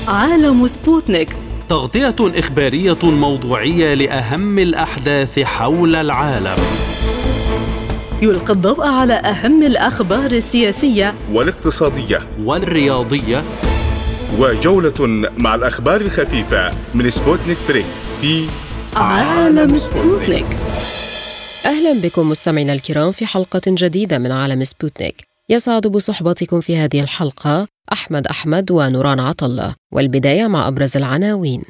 عالم سبوتنيك، تغطية إخبارية موضوعية لأهم الأحداث حول العالم. يلقي الضوء على أهم الأخبار السياسية والاقتصادية والرياضية، وجولة مع الأخبار الخفيفة من سبوتنيك بريك في عالم سبوتنيك. أهلا بكم مستمعينا الكرام في حلقة جديدة من عالم سبوتنيك. يسعد بصحبتكم في هذه الحلقة أحمد ونوران عطلة، والبداية مع أبرز العناوين.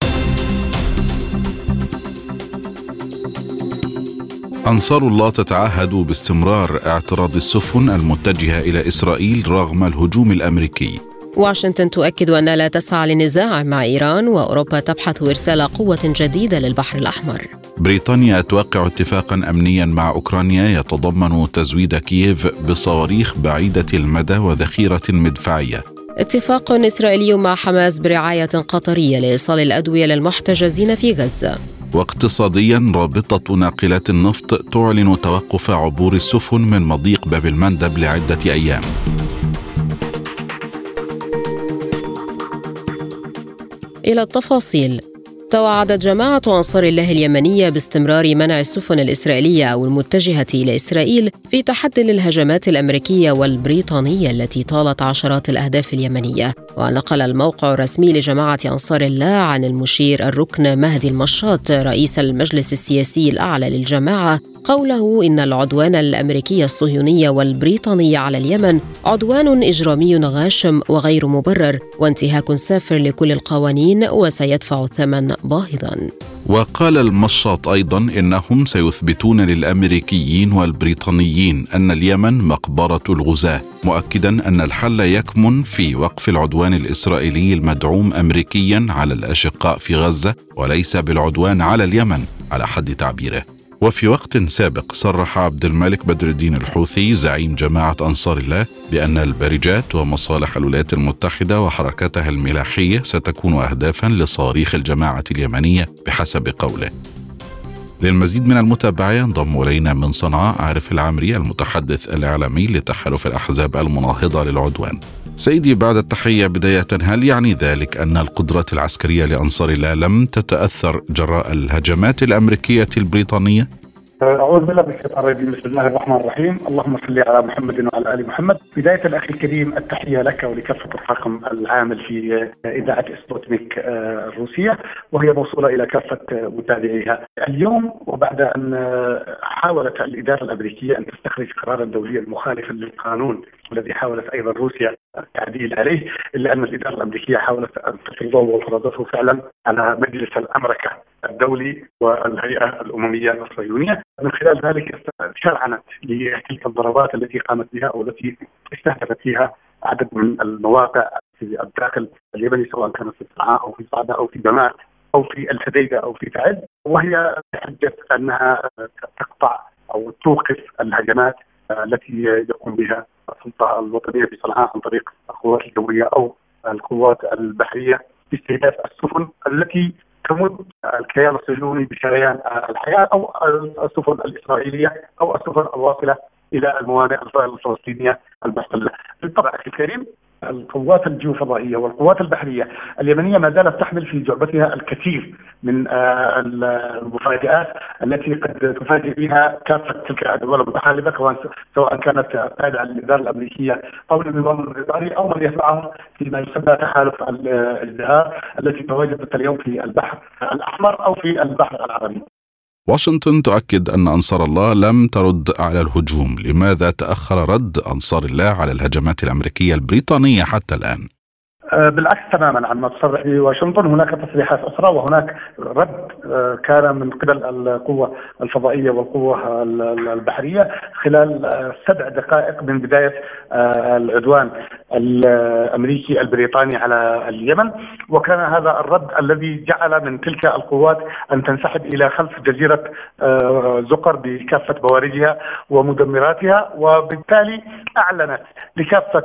أنصار الله تتعهد باستمرار اعتراض السفن المتجهة إلى إسرائيل رغم الهجوم الأمريكي. واشنطن تؤكد أنها لا تسعى لنزاع مع إيران، وأوروبا تبحث إرسال قوة جديدة للبحر الأحمر. بريطانيا توقع اتفاقا أمنيا مع أوكرانيا يتضمن تزويد كييف بصواريخ بعيدة المدى وذخيرة مدفعية. اتفاق إسرائيلي مع حماس برعاية قطرية لإيصال الأدوية للمحتجزين في غزة. واقتصاديا، رابطة ناقلات النفط تعلن توقف عبور السفن من مضيق باب المندب لعدة أيام. إلى التفاصيل. توعدت جماعة أنصار الله اليمنية باستمرار منع السفن الإسرائيلية أو المتجهة إلى إسرائيل في تحدي للهجمات الأمريكية والبريطانية التي طالت عشرات الأهداف اليمنية. ونقل الموقع الرسمي لجماعة أنصار الله عن المشير الركن مهدي المشاط رئيس المجلس السياسي الأعلى للجماعة قوله إن العدوان الأمريكي الصهيوني والبريطاني على اليمن عدوان إجرامي غاشم وغير مبرر، وانتهاك سافر لكل القوانين، وسيدفع الثمن باهظا. وقال المشاط أيضا إنهم سيثبتون للأمريكيين والبريطانيين أن اليمن مقبرة الغزاة، مؤكدا أن الحل يكمن في وقف العدوان الإسرائيلي المدعوم أمريكيا على الأشقاء في غزة، وليس بالعدوان على اليمن على حد تعبيره. وفي وقت سابق صرح عبد الملك بدر الدين الحوثي زعيم جماعة أنصار الله بأن البارجات ومصالح الولايات المتحدة وحركاتها الملاحية ستكون أهدافا لصواريخ الجماعة اليمنية بحسب قوله. للمزيد من المتابعة ينضم إلينا من صنعاء عارف العامري المتحدث الإعلامي لتحالف الأحزاب المناهضة للعدوان. سيدي، بعد التحية بداية، هل يعني ذلك أن القدرات العسكرية لأنصار الله لم تتأثر جراء الهجمات الأمريكية البريطانية؟ أعوذ بالله من الشيطان الرجيم. بسم الله الرحمن الرحيم. اللهم صل على محمد وعلى آل محمد. بداية الأخي الكريم، التحية لك ولكافة الطاقم العامل في إذاعة سبوتنيك الروسية، وهي موصولة إلى كافة متابعيها. اليوم وبعد أن حاولت الإدارة الأمريكية أن تستخرج قرارا دوليا مخالفا للقانون الذي حاولت أيضا روسيا التعديل عليه، إلا أن الإدارة الأمريكية حاولت أن تفرضه وفرضته فعلا على مجلس الأمريكا الدولي والهيئة الأممية الصهيونية. من خلال ذلك شرعنت لتلك الضربات التي قامت بها أو التي استهدفت فيها عدد من المواقع في الداخل اليمني، سواء كانت في صنعاء أو في صعدة أو في جمال أو في الحديدة أو في تعز، وهي تحدث أنها تقطع أو توقف الهجمات التي يقوم بها السلطة الوطنية في صنعاء عن طريق القوات الجوية أو القوات البحرية باستهداف السفن التي تمد الكيان الصهيوني بشريان الحياة أو السفن الإسرائيلية أو السفن الواصلة إلى الموانئ الفلسطينية المحتلة. بالطبع أخي الكريم، القوات الجيوفضائية والقوات البحرية اليمنية ما زالت تحمل في جعبتها الكثير من المفاجآت التي قد تفاجئ بها كافة تلك الدول المتحالفة، سواء كانت تابعة للإدارة الأمريكية أو للنظام البريطاني أو من يتبعهم فيما يسمى تحالف الازدهار التي تواجدت اليوم في البحر الأحمر أو في البحر العربي. واشنطن تؤكد أن أنصار الله لم ترد على الهجوم. لماذا تأخر رد أنصار الله على الهجمات الأمريكية البريطانية حتى الآن؟ بالعكس تماما عن ما تصرح به واشنطن. هناك تصريحات أخرى وهناك رد كان من قبل القوة الفضائية والقوة البحرية خلال 7 دقائق من بداية العدوان الأمريكي البريطاني على اليمن، وكان هذا الرد الذي جعل من تلك القوات أن تنسحب إلى خلف جزيرة زقر بكافة بوارجها ومدمراتها، وبالتالي أعلنت لكافة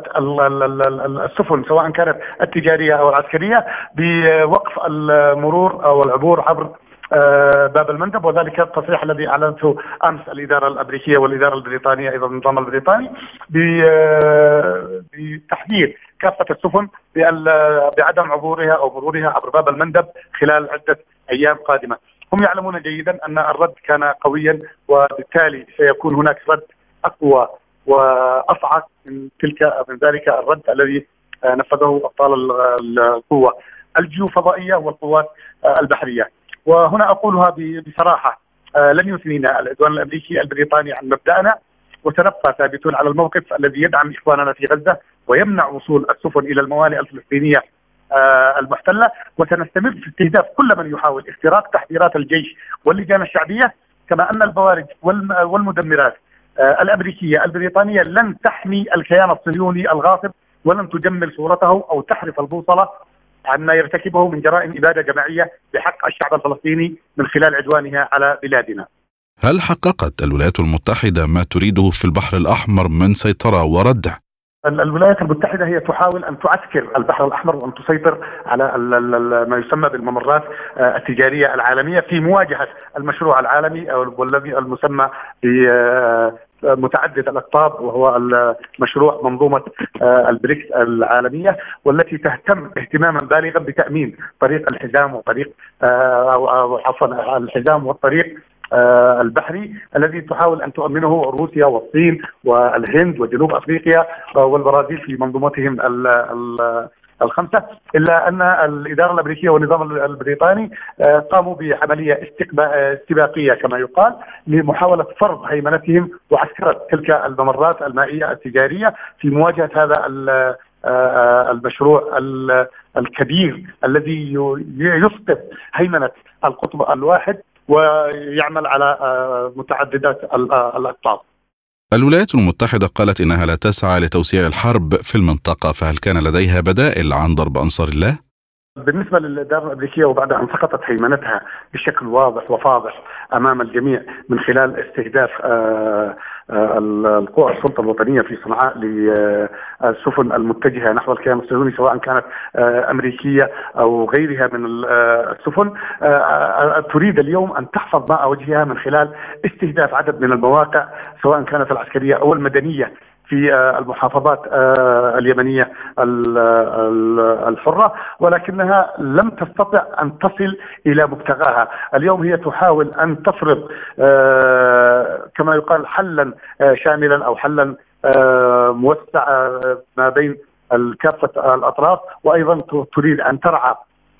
السفن سواء كانت التجارية أو العسكرية بوقف المرور أو العبور عبر باب المندب، وذلك التصريح الذي أعلنته أمس الإدارة الأمريكية والإدارة البريطانية أيضا النظام البريطاني بتحذير كافة السفن بعدم عبورها أو مرورها عبر باب المندب خلال عدة أيام قادمة. هم يعلمون جيدا أن الرد كان قويا، وبالتالي سيكون هناك رد أقوى وأصعب من ذلك الرد الذي نفذه أبطال القوة الجيوفضائية والقوات البحرية. وهنا أقولها بصراحة، لن يثنينا العدوان الأمريكي البريطاني عن مبدأنا، وسنبقى ثابتون على الموقف الذي يدعم إخواننا في غزة ويمنع وصول السفن إلى الموانئ الفلسطينية المحتلة، وسنستمر في استهداف كل من يحاول اختراق تحذيرات الجيش واللجان الشعبية، كما أن البوارج والمدمرات الأمريكية البريطانية لن تحمي الكيان الصهيوني الغاصب، ولن تجمل صورته أو تحرف البوصلة عما يرتكبه من جرائم إبادة جماعية بحق الشعب الفلسطيني من خلال عدوانها على بلادنا. هل حققت الولايات المتحدة ما تريده في البحر الأحمر من سيطرة وردع؟ الولايات المتحدة هي تحاول أن تعسكر البحر الأحمر وأن تسيطر على ما يسمى بالممرات التجارية العالمية في مواجهة المشروع العالمي والذي المسمى متعدد الأقطاب، وهو مشروع منظومة البريكس العالمية، والتي تهتم اهتماما بالغا بتأمين طريق الحزام وطريق الحزام والطريق البحري الذي تحاول أن تؤمنه روسيا والصين والهند وجنوب أفريقيا والبرازيل في منظومتهم الخمسة. إلا أن الإدارة الأمريكية والنظام البريطاني قاموا بعملية استباقية كما يقال لمحاولة فرض هيمنتهم وعسكرة تلك الممرات المائية التجارية في مواجهة هذا المشروع الكبير الذي يسقط هيمنة القطب الواحد ويعمل على متعددات الأقطاب. الولايات المتحدة قالت إنها لا تسعى لتوسيع الحرب في المنطقة، فهل كان لديها بدائل عن ضرب أنصار الله؟ بالنسبة للإدارة الأمريكية وبعد أن سقطت هيمنتها بشكل واضح وفاضح أمام الجميع من خلال استهداف القوى السلطة الوطنية في صنعاء للسفن المتجهة نحو الكيان الصهيوني، سواء كانت أمريكية أو غيرها من السفن، تريد اليوم أن تحفظ ماء وجهها من خلال استهداف عدد من المواقع سواء كانت العسكرية أو المدنية في المحافظات اليمنية الحرة، ولكنها لم تستطع أن تصل إلى مبتغاها. اليوم هي تحاول أن تفرض كما يقال حلا شاملا أو حلا موسع ما بين كافة الأطراف، وأيضا تريد أن ترعى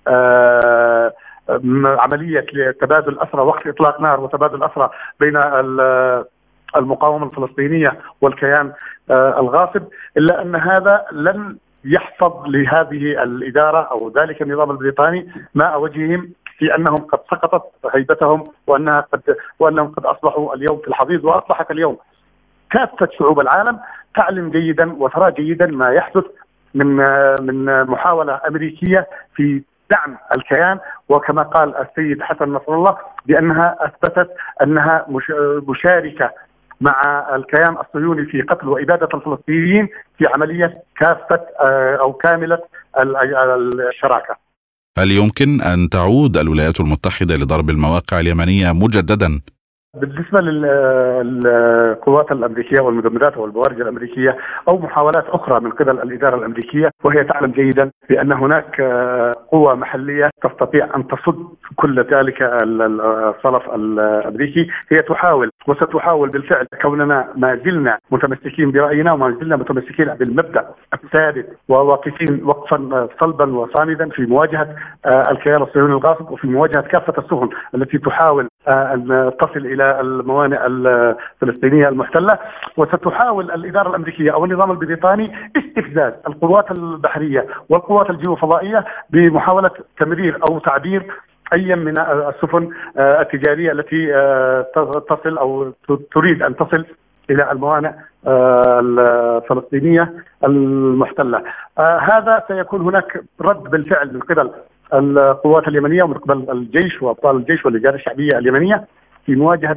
عملية تبادل أسرى وقت إطلاق نار وتبادل أسرى بين المقاومة الفلسطينية والكيان الغاصب، إلا أن هذا لن يحفظ لهذه الإدارة أو ذلك النظام البريطاني ماء وجههم في أنهم قد سقطت هيبتهم وأنهم قد أصبحوا اليوم في الحضيض. وأصبحت اليوم كافة شعوب العالم تعلم جيدا وترى جيدا ما يحدث من محاولة أمريكية في دعم الكيان، وكما قال السيد حسن نصر الله بأنها أثبتت أنها مشاركة مع الكيان الصهيوني في قتل وإبادة الفلسطينيين في عملية كافة أو كاملة الشراكة. هل يمكن أن تعود الولايات المتحدة لضرب المواقع اليمنية مجددا؟ بالنسبة للقوات الأمريكية والمدمرات والبوارج الأمريكية أو محاولات أخرى من قبل الإدارة الأمريكية، وهي تعلم جيدا بأن هناك قوى محلية تستطيع أن تصد كل ذلك الصلف الأمريكي. هي تحاول وستحاول بالفعل، كوننا ما زلنا متمسكين برأينا وما زلنا متمسكين بالمبدأ الثابت وواقفين وقفا صلبا وصامدا في مواجهة الكيان الصهيوني الغاصب وفي مواجهة كافة السفن التي تحاول أن تصل إلى الموانئ الفلسطينية المحتلة. وستحاول الإدارة الأمريكية أو النظام البريطاني استفزاز القوات البحرية والقوات الجيوفضائية بمحاولة تمرير أو تعبير أي من السفن التجارية التي تصل أو تريد أن تصل إلى الموانئ الفلسطينية المحتلة. هذا سيكون هناك رد بالفعل من قبل القوات اليمنية ومن قبل الجيش وأبطال الجيش واللجان الشعبية اليمنية في مواجهة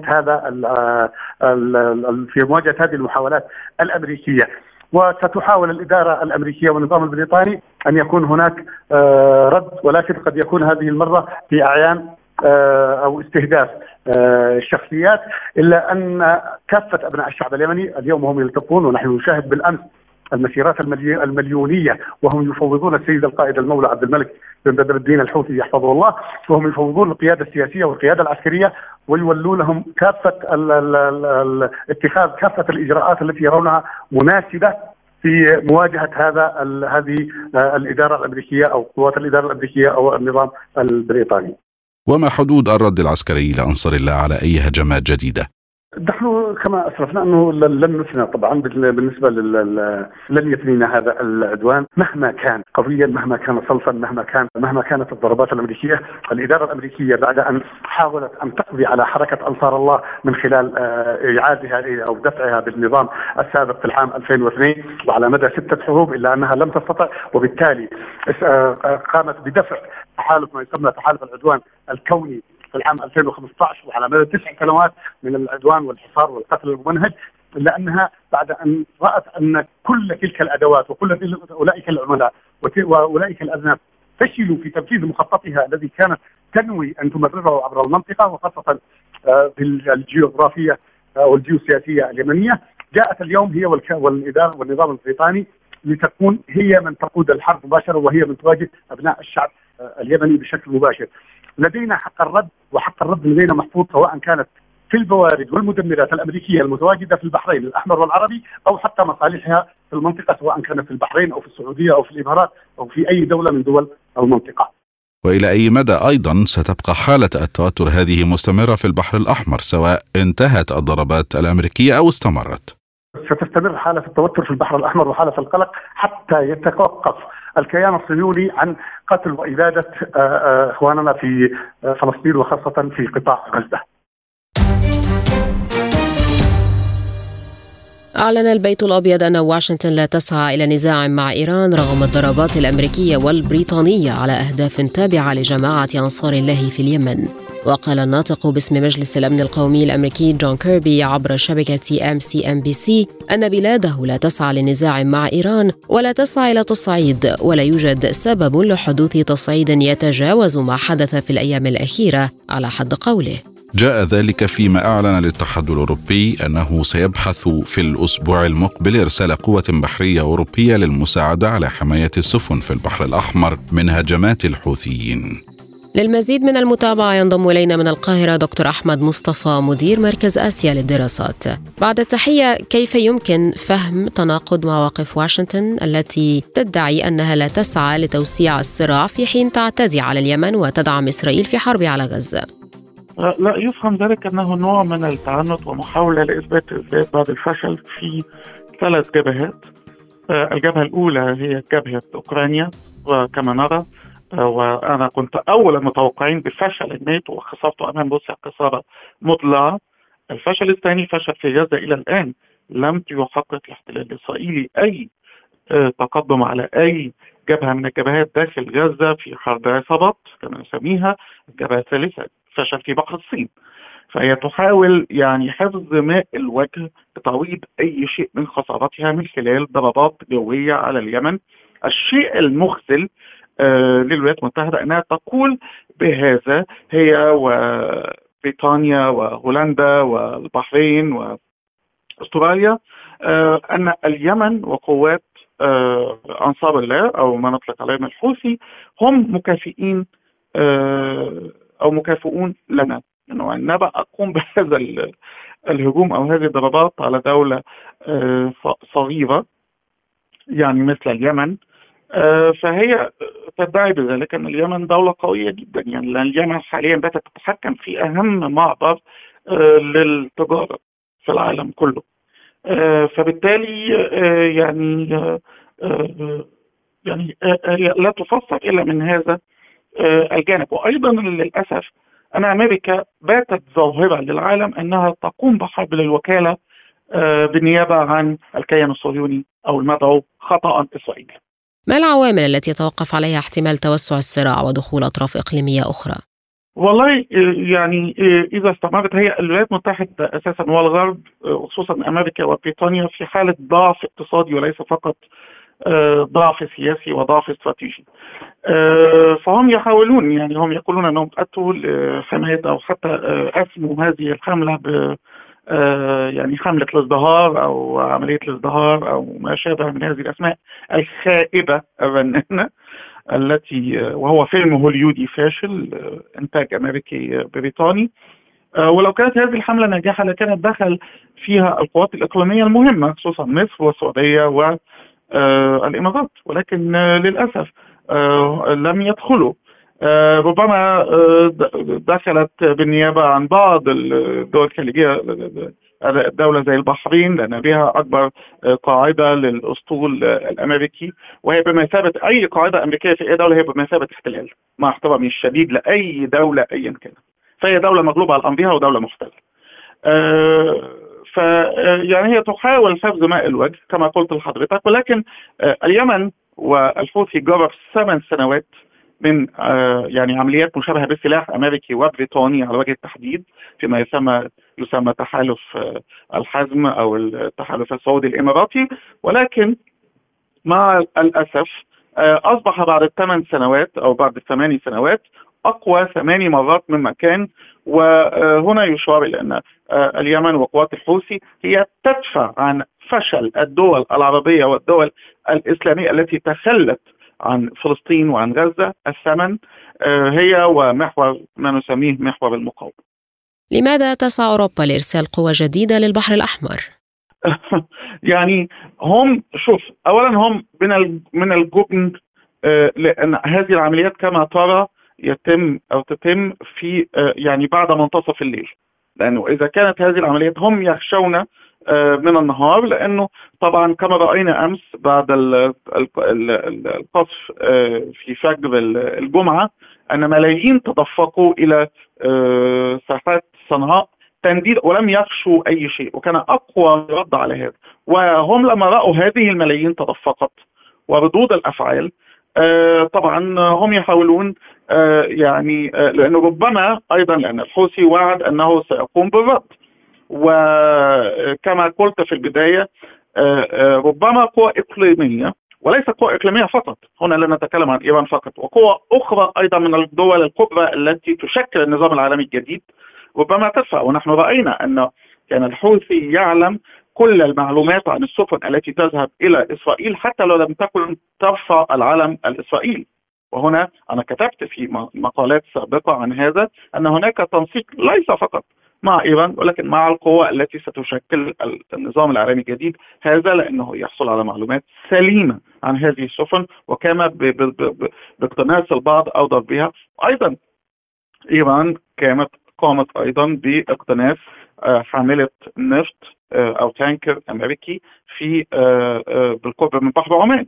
هذه المحاولات الأمريكية. وستحاول الإدارة الأمريكية والنظام البريطاني أن يكون هناك رد، ولكن قد يكون هذه المرة في أعيان أو استهداف شخصيات، إلا أن كافة أبناء الشعب اليمني اليوم هم يلتقون، ونحن نشاهد بالأمس المسيرات المليونية، وهم يفوضون السيد القائد المولى عبد الملك بن بدر الدين الحوثي يحفظه الله، وهم يفوضون القيادة السياسية والقيادة العسكرية، ويولونهم كافة اتخاذ كافة الإجراءات التي يرونها مناسبة في مواجهة هذه الإدارة الأمريكية أو قوات الإدارة الأمريكية أو النظام البريطاني. وما حدود الرد العسكري لأنصار الله على أي هجمات جديدة؟ نحن كما أسرفنا أنه لن نثنى طبعا بالنسبة لن يثنينا هذا العدوان مهما كان قويا، مهما كان صلفا، مهما كانت الضربات الأمريكية. الإدارة الأمريكية بعد أن حاولت أن تقضي على حركة أنصار الله من خلال إعادها أو دفعها بالنظام السابق في العام 2002 وعلى مدى 6 حروب، إلا أنها لم تستطع، وبالتالي قامت بدفع تحالف ما يسمى تحالف العدوان الكوني في العام 2015 وعلى مدى 9 سنوات من العدوان والحصار والقتل الممنهج، إلا أنها بعد أن رأت أن كل تلك الأدوات وكل أولئك العملاء وأولئك الأذناب فشلوا في تنفيذ مخططها الذي كانت تنوي أن تمرره عبر المنطقة وخاصة بالجيوغرافية أو الجيوسياسية اليمنية، جاءت اليوم هي والإدارة والنظام البريطاني لتكون هي من تقود الحرب مباشرة، وهي من تواجه أبناء الشعب اليمني بشكل مباشر. لدينا حق الرد، وحق الرد لدينا محفوظ سواء كانت في البوارد والمدمرات الأمريكية المتواجدة في البحرين الأحمر والعربي، أو حتى مصالحها في المنطقة سواء كانت في البحرين أو في السعودية أو في الإمارات أو في أي دولة من دول المنطقة. وإلى أي مدى أيضا ستبقى حالة التوتر هذه مستمرة في البحر الأحمر سواء انتهت الضربات الأمريكية أو استمرت؟ ستستمر حالة التوتر في البحر الأحمر وحالة القلق حتى يتوقف الكيان الصهيوني عن قتل وإبادة إخواننا في فلسطين وخاصة في قطاع غزة. أعلن البيت الأبيض أن واشنطن لا تسعى إلى نزاع مع إيران رغم الضربات الأمريكية والبريطانية على أهداف تابعة لجماعة أنصار الله في اليمن. وقال الناطق باسم مجلس الأمن القومي الأمريكي جون كيربي عبر شبكة MSNBC أن بلاده لا تسعى لنزاع مع إيران ولا تسعى إلى تصعيد، ولا يوجد سبب لحدوث تصعيد يتجاوز ما حدث في الأيام الأخيرة على حد قوله. جاء ذلك فيما أعلن الاتحاد الأوروبي أنه سيبحث في الأسبوع المقبل إرسال قوة بحرية أوروبية للمساعدة على حماية السفن في البحر الأحمر من هجمات الحوثيين. للمزيد من المتابعة ينضم إلينا من القاهرة دكتور أحمد مصطفى مدير مركز آسيا للدراسات. بعد التحية، كيف يمكن فهم تناقض مواقف واشنطن التي تدعي أنها لا تسعى لتوسيع الصراع في حين تعتدي على اليمن وتدعم إسرائيل في حرب على غزة؟ لا يفهم ذلك أنه نوع من التعنت ومحاولة لإثبات الذات بعد الفشل في 3 جبهات. الجبهة الأولى هي جبهة أوكرانيا، وكما نرى وأنا كنت أول المتوقعين بفشل الناتو وخسارته أمام روسيا خسارة مضلعة. الفشل الثاني فشل في غزة، إلى الآن لم يحقق الاحتلال الإسرائيلي أي تقدم على أي جبهة من الجبهات داخل غزة في حرب عصابات كما نسميها. الجبهة الثالثة فشل في بحر الصين، فهي تحاول حفظ ماء الوجه لتعويض أي شيء من خسارتها من خلال ضربات جوية على اليمن. الشيء المخزل للولايات المتحدة أنها تقول بهذا هي وبريطانيا وهولندا والبحرين وأستراليا أن اليمن وقوات أنصار الله أو ما نطلق عليهم الحوثي هم مكافئين أو مكافئون لنا، إنه أنا أقوم بهذا الهجوم أو هذه الضربات على دولة صغيرة مثل اليمن. فهي تدعي بذلك أن اليمن دولة قوية جدا، لأن اليمن حاليا باتت تتحكم في أهم معبر للتجارة في العالم كله. فبالتالي هي لا تفسر إلا من هذا الجانب. وأيضا للأسف أن أمريكا باتت ظاهرة للعالم أنها تقوم بحرب للوكالة بالنيابة عن الكيان الصهيوني أو المدعو خطأ إسرائيل. ما العوامل التي يتوقف عليها احتمال توسع الصراع ودخول أطراف إقليمية أخرى؟ والله إذا استمرت هي الولايات المتحدة أساسا والغرب وخصوصا أمريكا وبريطانيا في حالة ضعف اقتصادي وليس فقط ضعف سياسي وضعف استراتيجي. فهم يحاولون هم يقولون أنهم أتوا لحماية أو حتى أسموا هذه الحملة يعني حملة الازدهار أو عملية الازدهار أو ما شابه من هذه الأسماء الخائبة الرنانة التي وهو فيلم هوليودي فاشل إنتاج أمريكي بريطاني. ولو كانت هذه الحملة ناجحة لكانت دخل فيها القوات الإقليمية المهمة خصوصا مصر والسعودية والإمارات، ولكن للأسف لم يدخلوا. ربما دخلت بالنيابة عن بعض الدول الخليجية دولة زي البحرين لأن بها أكبر قاعدة للأسطول الأمريكي، وهي بمثابة أي قاعدة أمريكية في أي دولة هي بمثابة احتلال مع احترامي الشديد لأي دولة أيا كان، فهي دولة مغلوبة على أمرها ودولة محتلة. يعني هي تحاول حفظ ماء الوجه كما قلت لحضرتك، ولكن اليمن والحوثي جرب 8 سنوات من يعني عمليات مشابهة بالسلاح أمريكي وبريطاني على وجه التحديد فيما يسمى تحالف الحزم أو التحالف السعودي الإماراتي، ولكن مع الأسف أصبح بعد 8 سنوات أو بعد 8 سنوات أقوى 8 مرات مما كان. وهنا يشار إلى أن اليمن وقوات الحوثي هي تدفع عن فشل الدول العربية والدول الإسلامية التي تخلت عن فلسطين وعن غزة الثمن هي ومحور ما نسميه محور المقاومة. لماذا تسعى أوروبا لإرسال قوى جديدة للبحر الأحمر؟ يعني هم أولا هم من الجبن لأن هذه العمليات كما ترى تتم في يعني بعد منتصف الليل، لأنه إذا كانت هذه العمليات هم يخشون من النهار، لأنه طبعا كما رأينا أمس بعد القصف في فجر الجمعة أن ملايين تدفقوا إلى ساحات صنعاء تنديد ولم يخشوا أي شيء، وكان أقوى رد على هذا. وهم لما رأوا هذه الملايين تدفقت وردود الأفعال طبعا هم يحاولون يعني لأنه ربما أيضا لأن الحوثي وعد أنه سيقوم بالرد، وكما قلت في البداية ربما قوى إقليمية وليس قوى إقليمية فقط، هنا لا نتكلم عن إيران فقط، وقوى أخرى أيضا من الدول الكبرى التي تشكل النظام العالمي الجديد ربما تدفع. ونحن رأينا أن كان الحوثي يعلم كل المعلومات عن السفن التي تذهب إلى إسرائيل حتى لو لم تكن ترفع العلم الإسرائيلي. وهنا أنا كتبت في مقالات سابقة عن هذا أن هناك تنسيق ليس فقط مع إيران ولكن مع القوى التي ستشكل النظام العالمي الجديد، هذا لأنه يحصل على معلومات سليمة عن هذه السفن وكما باقتناص البعض أو ضربها. أيضا إيران قامت أيضا باقتناص حاملة نفط أو تانكر أمريكي في بالقرب من بحر عمان.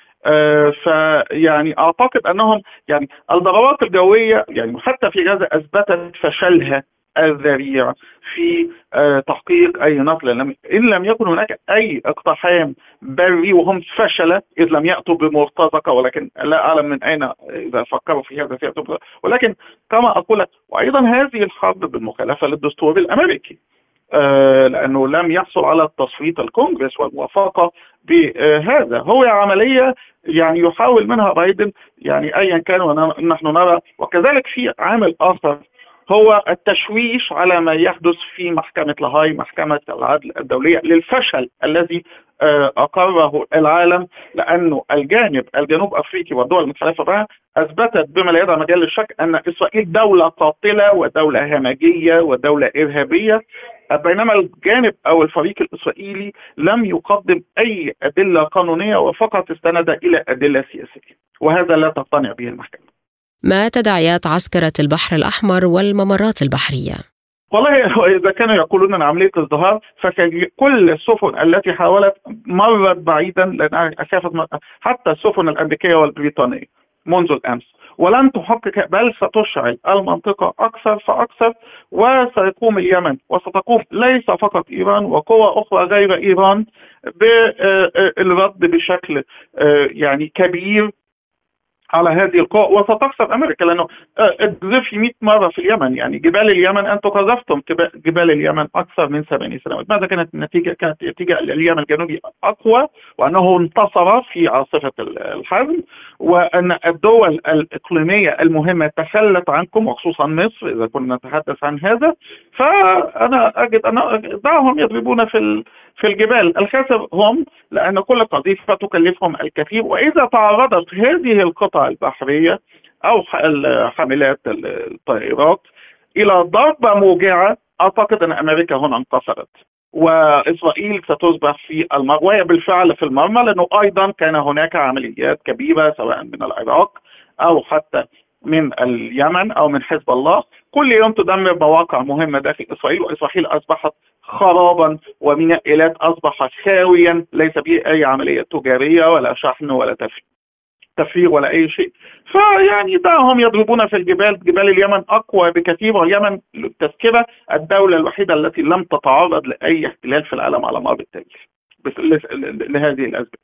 فيعني أعتقد أنهم يعني الضربات الجوية يعني حتى في غزة أثبتت فشلها الذريع في تحقيق أي نقل، إن لم يكن هناك أي اقتحام بري، وهم فشل إذ لم يأتوا بمرتزقة، ولكن لا أعلم من أين إذا فكروا في هذا سيأتوا. ولكن كما أقول وأيضا هذه الحرب بالمخالفة للدستور الأمريكي لأنه لم يحصل على التصويت الكونغرس والموافقة بهذا. هو عملية يعني يحاول منها بايدن يعني أيا كان، ونحن نرى وكذلك في عامل آخر هو التشويش على ما يحدث في محكمة لاهاي محكمة العدل الدولية للفشل الذي أقره العالم، لأنه الجانب الجنوب أفريقي والدول المتحالفة بها أثبتت بما لا يدع مجال للشك أن إسرائيل دولة قاتلة ودولة همجية ودولة إرهابية، بينما الجانب أو الفريق الإسرائيلي لم يقدم أي أدلة قانونية وفقط استند إلى أدلة سياسية، وهذا لا تقتنع به المحكمة. ما تداعيات عسكرة البحر الأحمر والممرات البحرية؟ والله إذا كانوا يقولون أن عملية ازدهار فكل السفن التي حاولت مرت بعيدا، لأنها أخافت حتى السفن الأمريكية والبريطانية منذ الأمس، ولن تحقق بل ستشعل المنطقة أكثر فأكثر، وسيقوم اليمن وستقوم ليس فقط إيران وقوى أخرى غير إيران بالرد بشكل يعني كبير على هذه القوى، وستخسر أمريكا لأنه اقذفي 100 مرة في اليمن. يعني جبال اليمن أنتم قذفتم جبال اليمن أكثر من 8 سنوات. ماذا كانت النتيجة؟ كانت النتيجة اليمن الجنوبي أقوى وأنه انتصر في عاصفة الحزم، وأن الدول الإقليمية المهمة تخلت عنكم، وخصوصا مصر إذا كنا نتحدث عن هذا. فأنا أجد أن دعهم يضربون في الجبال. الخاسر هم، لأن كل قذيفة تكلفهم الكثير، وإذا تعرضت هذه القطع البحرية أو حاملات الطائرات إلى ضربة موجعة، أعتقد أن أمريكا هنا انتصرت، وإسرائيل ستصبح في المرمى، وهي بالفعل في المرمى، لأنه أيضا كان هناك عمليات كبيرة سواء من العراق أو حتى من اليمن أو من حزب الله، كل يوم تدمر مواقع مهمة داخل إسرائيل، وإسرائيل أصبحت خرابا، وميناء إيلات أصبح خاويا، ليس به أي عملية تجارية ولا شحن ولا تفريغ ولا أي شيء. فيعني دعهم يضربون في الجبال. جبال اليمن أقوى بكثير، واليمن للتذكرة الدولة الوحيدة التي لم تتعرض لأي احتلال في العالم على مر التاريخ لهذه الأسباب.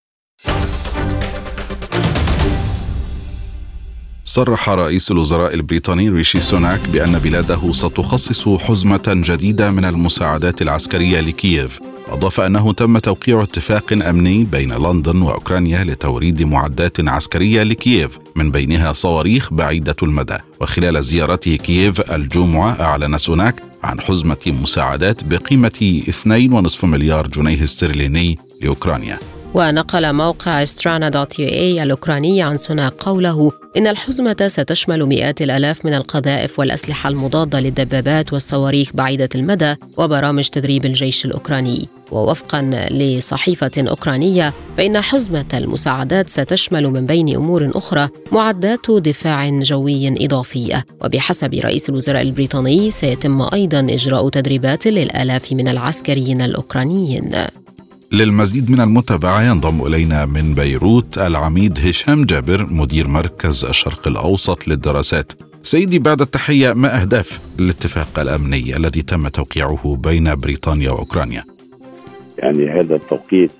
صرح رئيس الوزراء البريطاني ريشي سوناك بأن بلاده ستخصص حزمة جديدة من المساعدات العسكرية لكييف. أضاف أنه تم توقيع اتفاق أمني بين لندن وأوكرانيا لتوريد معدات عسكرية لكييف، من بينها صواريخ بعيدة المدى. وخلال زيارته كييف الجمعة أعلن سوناك عن حزمة مساعدات بقيمة 2.5 مليار جنيه استرليني لأوكرانيا. ونقل موقع strana.ua الأوكراني عن سوناك قوله إن الحزمة ستشمل مئات الآلاف من القذائف والأسلحة المضادة للدبابات والصواريخ بعيدة المدى وبرامج تدريب الجيش الأوكراني. ووفقا لصحيفة أوكرانية فإن حزمة المساعدات ستشمل من بين أمور أخرى معدات دفاع جوي إضافية. وبحسب رئيس الوزراء البريطاني سيتم أيضا إجراء تدريبات للآلاف من العسكريين الأوكرانيين. للمزيد من المتابعة ينضم إلينا من بيروت العميد هشام جابر، مدير مركز الشرق الأوسط للدراسات. سيدي، بعد التحية، ما أهداف الاتفاق الأمني الذي تم توقيعه بين بريطانيا وأوكرانيا؟ يعني هذا التوقيت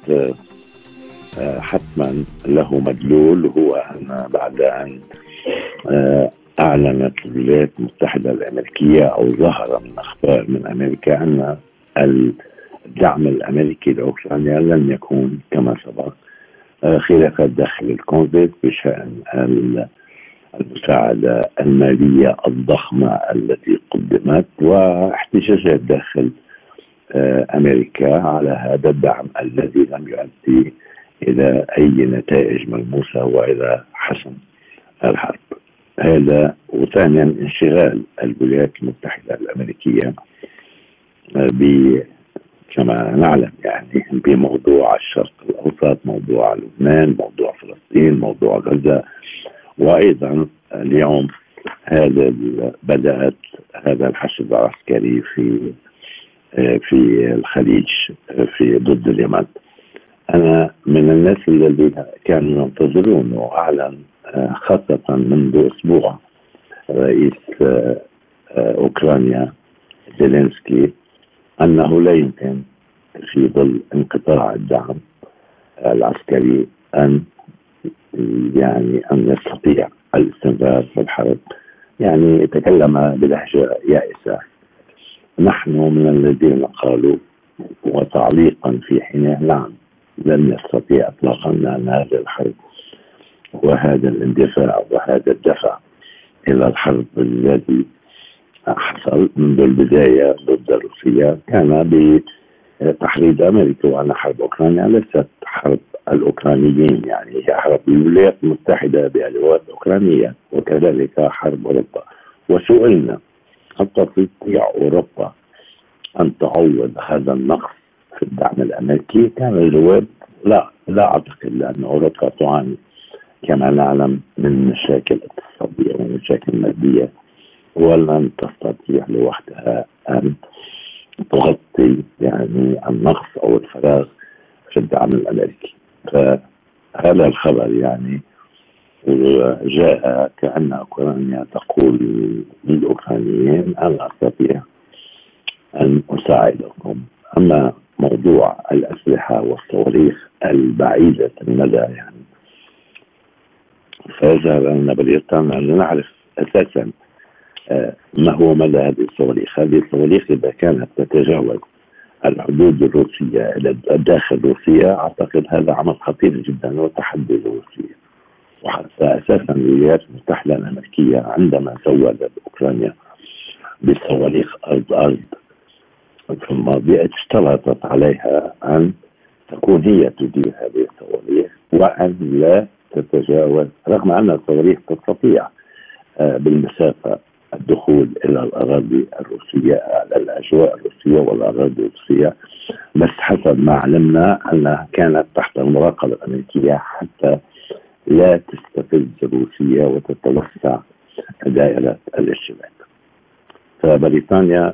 حتما له مدلول، هو أن بعد أن أعلنت الولايات المتحدة الأمريكية أو ظهر من أخبار من أمريكا أن الدعم الأمريكي لأوكرانيا لن يكون كما سبق، خلافات داخل الكونغرس بشأن المساعدة المالية الضخمة التي قدمت، واحتجاجات داخل أمريكا على هذا الدعم الذي لم يؤدي إلى أي نتائج ملموسة وإلى حسم الحرب. هذا، وثانيا انشغال الولايات المتحدة الأمريكية كما نعلم يعني بموضوع الشرق الأوسط، موضوع لبنان، موضوع فلسطين، موضوع غزة، وأيضا اليوم بدأت هذا الحشد العسكري في الخليج ضد اليمن. أنا من الناس الذين كانوا ينتظرون، وأعلن خاصة منذ أسبوع رئيس أوكرانيا زيلينسكي أنه لا يمكن في ظل انقطاع الدعم العسكري أن يستطيع الاستمرار في الحرب. يعني تكلم بلهجة يائسة. نحن من الذين قالوا وتعليقا في حينه نعم لن يستطيع اطلاقا ان هذه الحرب وهذا الاندفاع وهذا الدفع الى الحرب الذي حصل منذ البدايه ضد روسيا كان بتحريض امريكا، وان حرب اوكرانيا ليست حرب الاوكرانيين، يعني هي حرب الولايات المتحده بادوات اوكرانيه، وكذلك حرب اوروبا. وسئلنا هل تستطيع اوروبا ان تعوض هذا النقص في الدعم الامريكي؟ كان الجواب لا اعتقد، لان اوروبا تعاني كما نعلم من مشاكل اقتصاديه ومشاكل ماديه، ولن تستطيع لوحدها ان تغطي يعني النقص او الفراغ في الدعم الامريكي. فهذا الخبر يعني جاء كأن أوكرانيا تقول للأوكرانيين أنا أستطيع أن أساعدكم. أما موضوع الأسلحة والصواريخ البعيدة المدى يعني فيظهر أن بريطانيا لا نعرف أساسا ما هو مدى هذه الصواريخ. هذه الصواريخ إذا كانت تتجاوز الحدود الروسية إلى داخل روسيا أعتقد هذا عمل خطير جدا وتحدي لروسيا. وحتى أساسا الولايات المتحدة الأمريكية عندما زودت أوكرانيا بصواريخ أرض في الماضي اشترطت عليها أن تكون هي تدير هذه الصواريخ وأن لا تتجاوز، رغم أن الصواريخ تستطيع بالمسافة الدخول إلى الأراضي الروسية، الأجواء الروسية والأراضي الروسية، بس حسب ما علمنا أنها كانت تحت المراقبة الأمريكية حتى لا تستفز روسيا وتتوسع دائرة الاشتباك. فبريطانيا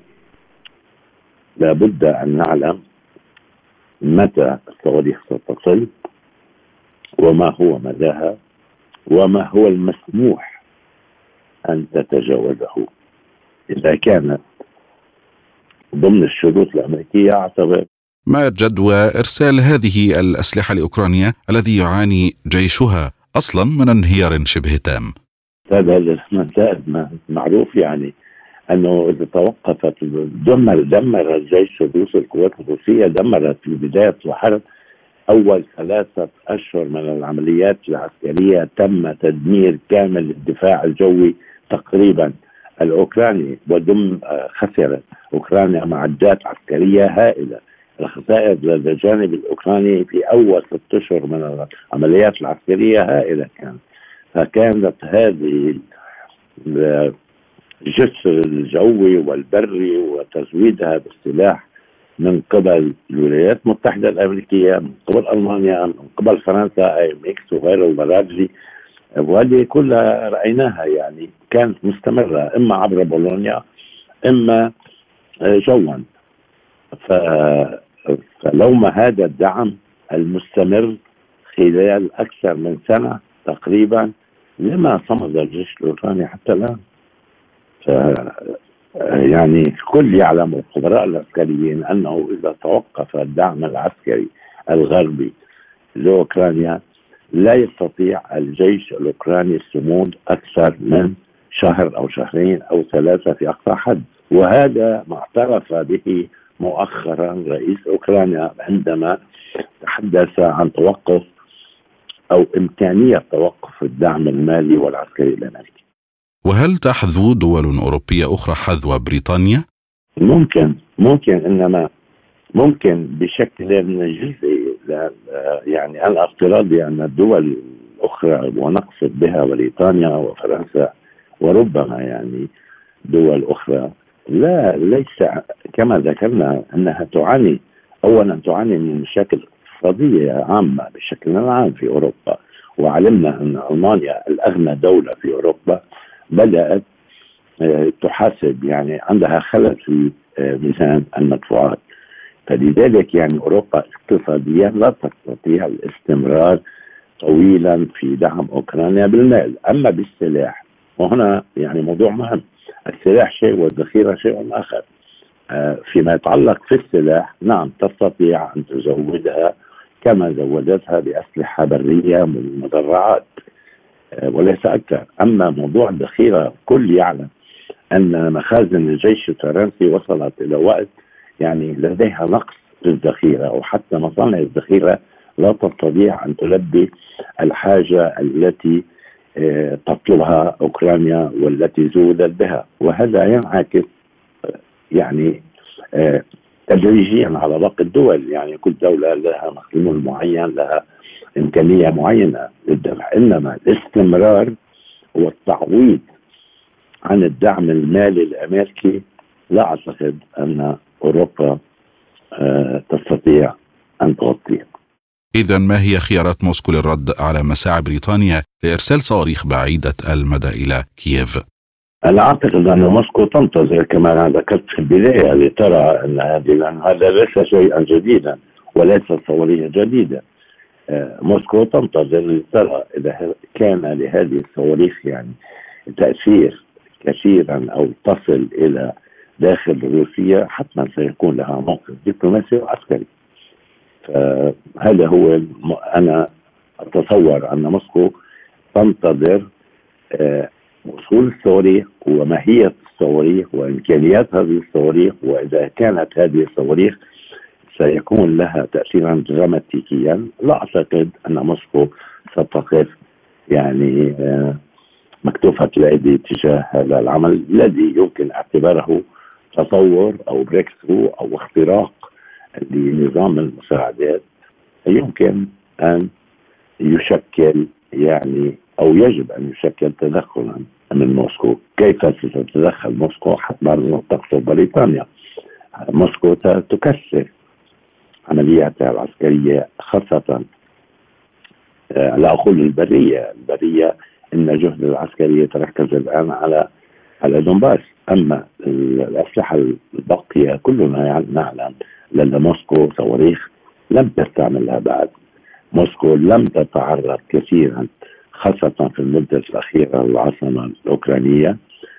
لابد أن نعلم متى الصواريخ ستصل وما هو مداها وما هو المسموح أن تتجاوزه. إذا كانت ضمن الشروط الأمريكية أعتبر ما جدوى إرسال هذه الأسلحة لأوكرانيا الذي يعاني جيشها أصلا من انهيار شبه تام. هذا معروف يعني أنه إذا توقفت دمر الجيش الروسي، القوات الروسية دمرت في بداية الحرب أول 3 أشهر من العمليات العسكرية تم تدمير كامل الدفاع الجوي تقريبا الأوكراني، خسرت أوكرانيا معدات عسكرية هائلة. الخسائر لدى الجانب الأوكراني في أول 6 أشهر من العمليات العسكرية هائلة فكانت هذه الجسر الجوي والبري وتزويدها بالسلاح من قبل الولايات المتحدة الأمريكية، من قبل ألمانيا، من قبل فرنسا، AMX وغيره وبرادلي، وهذه كلها رأيناها يعني كانت مستمرة إما عبر بولونيا إما جوا. فلوم هذا الدعم المستمر خلال أكثر من سنة تقريبا لما صمد الجيش الأوكراني حتى الآن. يعني الكل يعلم الخبراء العسكريين أنه إذا توقف الدعم العسكري الغربي لأوكرانيا لا يستطيع الجيش الأوكراني الصمود أكثر من شهر أو شهرين أو 3 في أقصى حد. وهذا ما اعترف به مؤخرا رئيس أوكرانيا عندما تحدث عن توقف أو إمكانية توقف الدعم المالي والعسكري الأمريكي. وهل تحذو دول أوروبية أخرى حذو بريطانيا؟ ممكن إنما ممكن بشكل جزئي. يعني أنا افتراضي أن الدول الأخرى ونقصد بها بريطانيا وفرنسا وربما يعني دول أخرى ليس كما ذكرنا أنها تعاني من مشاكل اقتصادية عامة بشكل عام في أوروبا. وعلمنا أن ألمانيا الأغنى دولة في أوروبا بدأت تحاسب، يعني عندها خلل في ميزان المدفوعات. فلذلك يعني أوروبا اقتصاديا لا تستطيع الاستمرار طويلا في دعم أوكرانيا بالمال. أما بالسلاح وهنا يعني موضوع مهم، السلاح شيء والذخيرة شيء آخر. فيما يتعلق في السلاح نعم تستطيع أن تزودها كما زودتها بأسلحة برية ومدرعات وليس أكثر. أما موضوع الذخيرة كل يعلم أن مخازن الجيش الفرنسي وصلت إلى وقت يعني لديها نقص في الذخيرة، وحتى مصانع الذخيرة لا تستطيع أن تلبي الحاجة التي تطلبها أوكرانيا والتي زودت بها. وهذا ينعكس يعني تدريجيا على باقي الدول. يعني كل دولة لها مخزون معين، لها إمكانية معينة للدفع، إنما الاستمرار والتعويض عن الدعم المالي الأمريكي لا أعتقد أن أوروبا تستطيع أن تغطيه. إذن ما هي خيارات موسكو للرد على مساعي بريطانيا لإرسال صواريخ بعيدة المدى إلى كييف؟ أنا أعتقد أن موسكو تنتظر كما ذكرت في البداية لترى أن هذا ليس شيئا جديدا وليس صواريخ جديدة. موسكو تنتظر لترى إذا كان لهذه الصواريخ يعني تأثير كثيرا أو تصل إلى داخل روسيا حتما سيكون لها موقف دبلوماسي وعسكري. فهذا هو أنا أتصور أن موسكو تنتظر وصول الصواريخ وماهية الصواريخ وإمكانيات هذه الصواريخ، وإذا كانت هذه الصواريخ سيكون لها تأثيرا دراماتيكيا لا أعتقد أن موسكو ستقف يعني مكتوفة الأيدي تجاه هذا العمل الذي يمكن اعتباره تطور أو بريك ثرو أو اختراق لنظام المساعدات. يمكن أن يشكل يعني أو يجب أن يشكل تدخلا من موسكو. كيف ستتدخل موسكو؟ حتما تقصد بريطانيا. موسكو تكثف عملياتها العسكرية، خاصة لا أقول البرية إن الجهد العسكري يتركز الآن على دونباس، أما الأسلحة الباقية كلنا نعلم لأن موسكو صواريخ لم تستعملها بعد. موسكو لم تتعرض كثيرا خاصة في المدة الأخيرة للعاصمة الأوكرانية،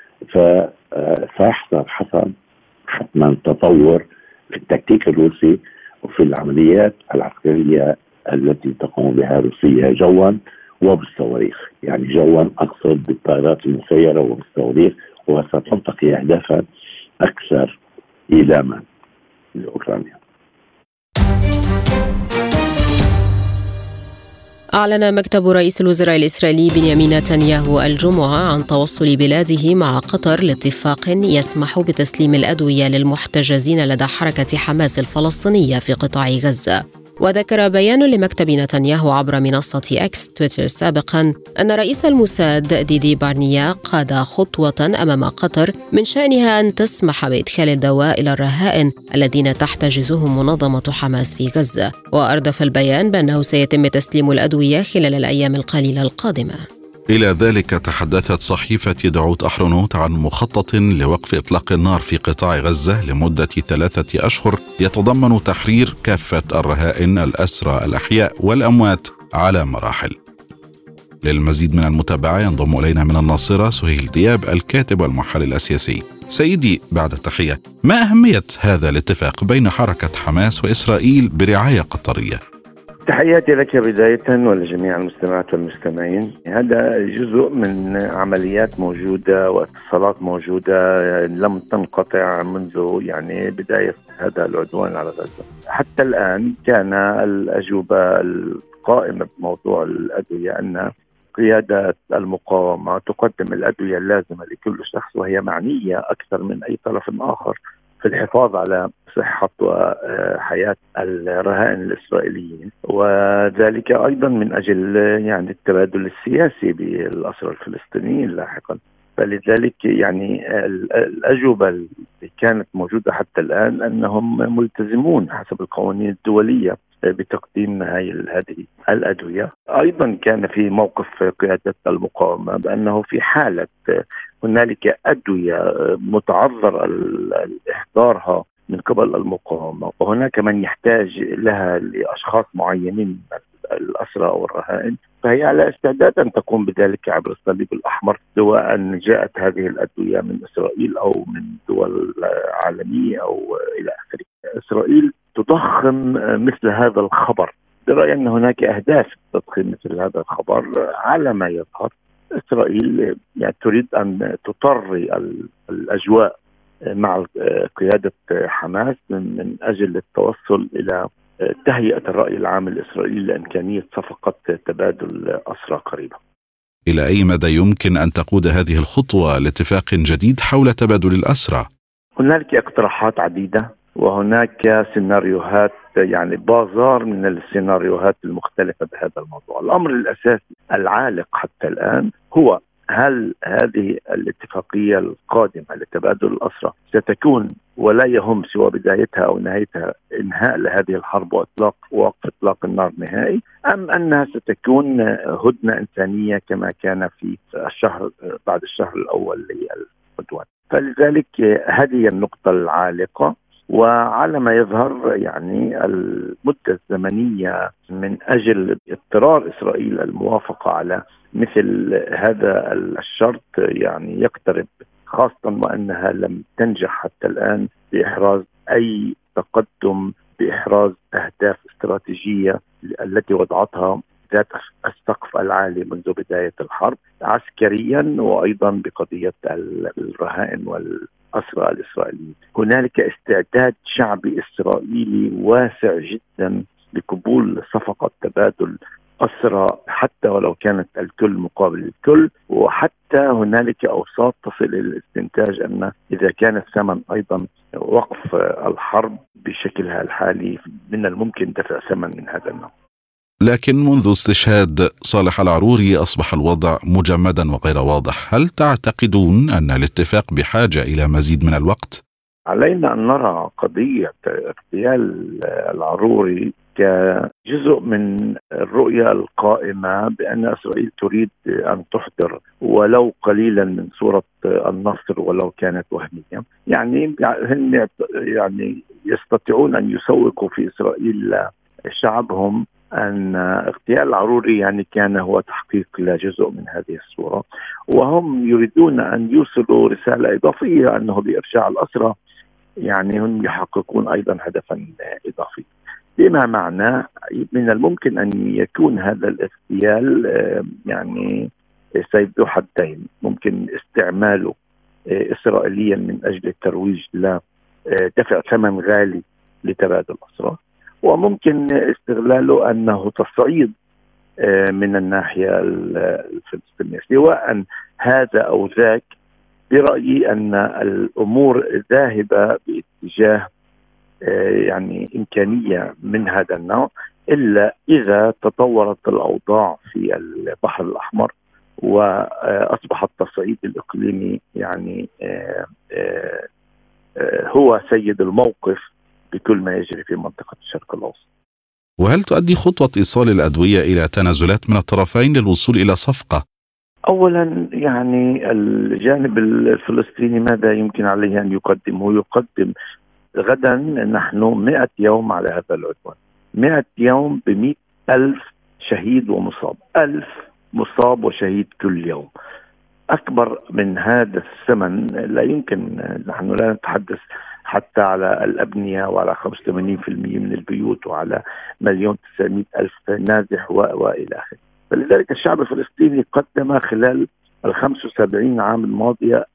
فسيحصل حتما تطور في التكتيك الروسي وفي العمليات العسكرية التي تقوم بها روسيا جوا وبالصواريخ. يعني جوا أقصد بالطائرات المسيرة وبالصواريخ، وستلتقي أهدافا أكثر إيلاما لأوكرانيا. أعلن مكتب رئيس الوزراء الإسرائيلي بنيامين نتنياهو الجمعة عن توصل بلاده مع قطر لاتفاق يسمح بتسليم الأدوية للمحتجزين لدى حركة حماس الفلسطينية في قطاع غزة. وذكر بيان لمكتب نتنياهو عبر منصة إكس تويتر سابقا أن رئيس الموساد ديدي بارنيا قاد خطوة أمام قطر من شأنها أن تسمح بإدخال الدواء إلى الرهائن الذين تحتجزهم منظمة حماس في غزة. وأردف البيان بأنه سيتم تسليم الأدوية خلال الأيام القليلة القادمة. إلى ذلك تحدثت صحيفة دعوت أحرنوت عن مخطط لوقف إطلاق النار في قطاع غزة لمدة 3 أشهر يتضمن تحرير كافة الرهائن الأسرى الأحياء والأموات على مراحل. للمزيد من المتابعة ينضم إلينا من الناصرة سهيل دياب الكاتب والمحلل السياسي. سيدي بعد التحية، ما أهمية هذا الاتفاق بين حركة حماس وإسرائيل برعاية قطرية؟ تحياتي لك بداية ولجميع المستمعات والمستمعين. هذا جزء من عمليات موجودة واتصالات موجودة لم تنقطع منذ بداية هذا العدوان على غزة. حتى الآن كان الأجوبة القائمة بموضوع الأدوية أن قيادة المقاومة تقدم الأدوية اللازمة لكل شخص، وهي معنية أكثر من أي طرف آخر في الحفاظ على صحة وحياة الرهائن الإسرائيليين، وذلك أيضا من أجل التبادل السياسي بالأسرى الفلسطينيين لاحقا. فلذلك الأجوبة اللي كانت موجودة حتى الآن أنهم ملتزمون حسب القوانين الدولية بتقديم هذه الأدوية. أيضا كان في موقف قيادة المقاومة بأنه في حالة هنالك أدوية متعذر إحضارها من قبل المقاومة وهناك من يحتاج لها لأشخاص معينين الأسرى أو الرهائن، فهي على استعداد أن تقوم بذلك عبر الصليب الأحمر، سواء جاءت هذه الأدوية من إسرائيل أو من دول عالمية أو إلى آخره. إسرائيل تضخم مثل هذا الخبر برأيي أن هناك أهداف تضخيم مثل هذا الخبر. على ما يظهر إسرائيل تريد أن تطري الأجواء مع قيادة حماس من أجل التوصل إلى تهيئة الرأي العام الإسرائيلي لإمكانية صفقة تبادل أسرى قريبة. إلى أي مدى يمكن أن تقود هذه الخطوة لاتفاق جديد حول تبادل الأسرى؟ هناك اقتراحات عديدة وهناك سيناريوهات، بازار من السيناريوهات المختلفة بهذا الموضوع. الأمر الأساسي العالق حتى الآن هو هل هذه الاتفاقية القادمة لتبادل الأسرى ستكون ولا يهم سوى بدايتها أو نهايتها إنهاء لهذه الحرب ووقف إطلاق النار نهائي، أم أنها ستكون هدنة إنسانية كما كان في بعد الشهر الأول للعدوان. فلذلك هذه النقطة العالقة. وعلى ما يظهر المدة الزمنية من أجل اضطرار إسرائيل الموافقة على مثل هذا الشرط يقترب، خاصة وأنها لم تنجح حتى الآن بإحراز أي تقدم بإحراز أهداف استراتيجية التي وضعتها ذات السقف العالي منذ بداية الحرب عسكريا، وأيضا بقضية الرهائن والأسرى الإسرائيليين. هنالك استعداد شعبي إسرائيلي واسع جدا لقبول صفقة تبادل أسرى حتى ولو كانت الكل مقابل الكل، وحتى هنالك أوساط تصل إلى الاستنتاج أن إذا كان الثمن أيضا وقف الحرب بشكلها الحالي من الممكن دفع ثمن من هذا النوع. لكن منذ استشهاد صالح العروري أصبح الوضع مجمدا وغير واضح. هل تعتقدون أن الاتفاق بحاجة إلى مزيد من الوقت؟ علينا أن نرى قضية اغتيال العروري كجزء من الرؤية القائمة بأن إسرائيل تريد أن تحضر ولو قليلا من صورة النصر ولو كانت وهمية. يعني يستطيعون أن يسوقوا في إسرائيل شعبهم أن اغتيال العروري كان هو تحقيق لجزء من هذه الصورة، وهم يريدون أن يوصلوا رسالة إضافية أنه بإرجاع الأسرى هم يحققون أيضا هدفا إضافي. بما معناه من الممكن أن يكون هذا الاغتيال سيف ذو حدين، ممكن استعماله إسرائيليا من أجل الترويج لدفع ثمن غالي لتبادل الأسرى، وممكن استغلاله أنه تصعيد من الناحية الفلسطينية. سواء هذا أو ذاك، برأيي أن الأمور ذاهبة باتجاه إمكانية من هذا النوع، إلا إذا تطورت الأوضاع في البحر الأحمر وأصبح التصعيد الإقليمي هو سيد الموقف بكل ما يجري في منطقة الشرق الأوسط. وهل تؤدي خطوة إيصال الأدوية إلى تنازلات من الطرفين للوصول إلى صفقة؟ أولا الجانب الفلسطيني ماذا يمكن عليه أن يقدم؟ هو يقدم غدا نحن 100 يوم على هذا العدوان، 100 يوم ب100,000 شهيد ومصاب، 1000 مصاب وشهيد كل يوم. أكبر من هذا الثمن لا يمكن. نحن لا نتحدث حتى على الأبنية وعلى 85% من البيوت وعلى 1,900,000 نازح وإلى آخره. فلذلك الشعب الفلسطيني قدم خلال 75 عام الماضية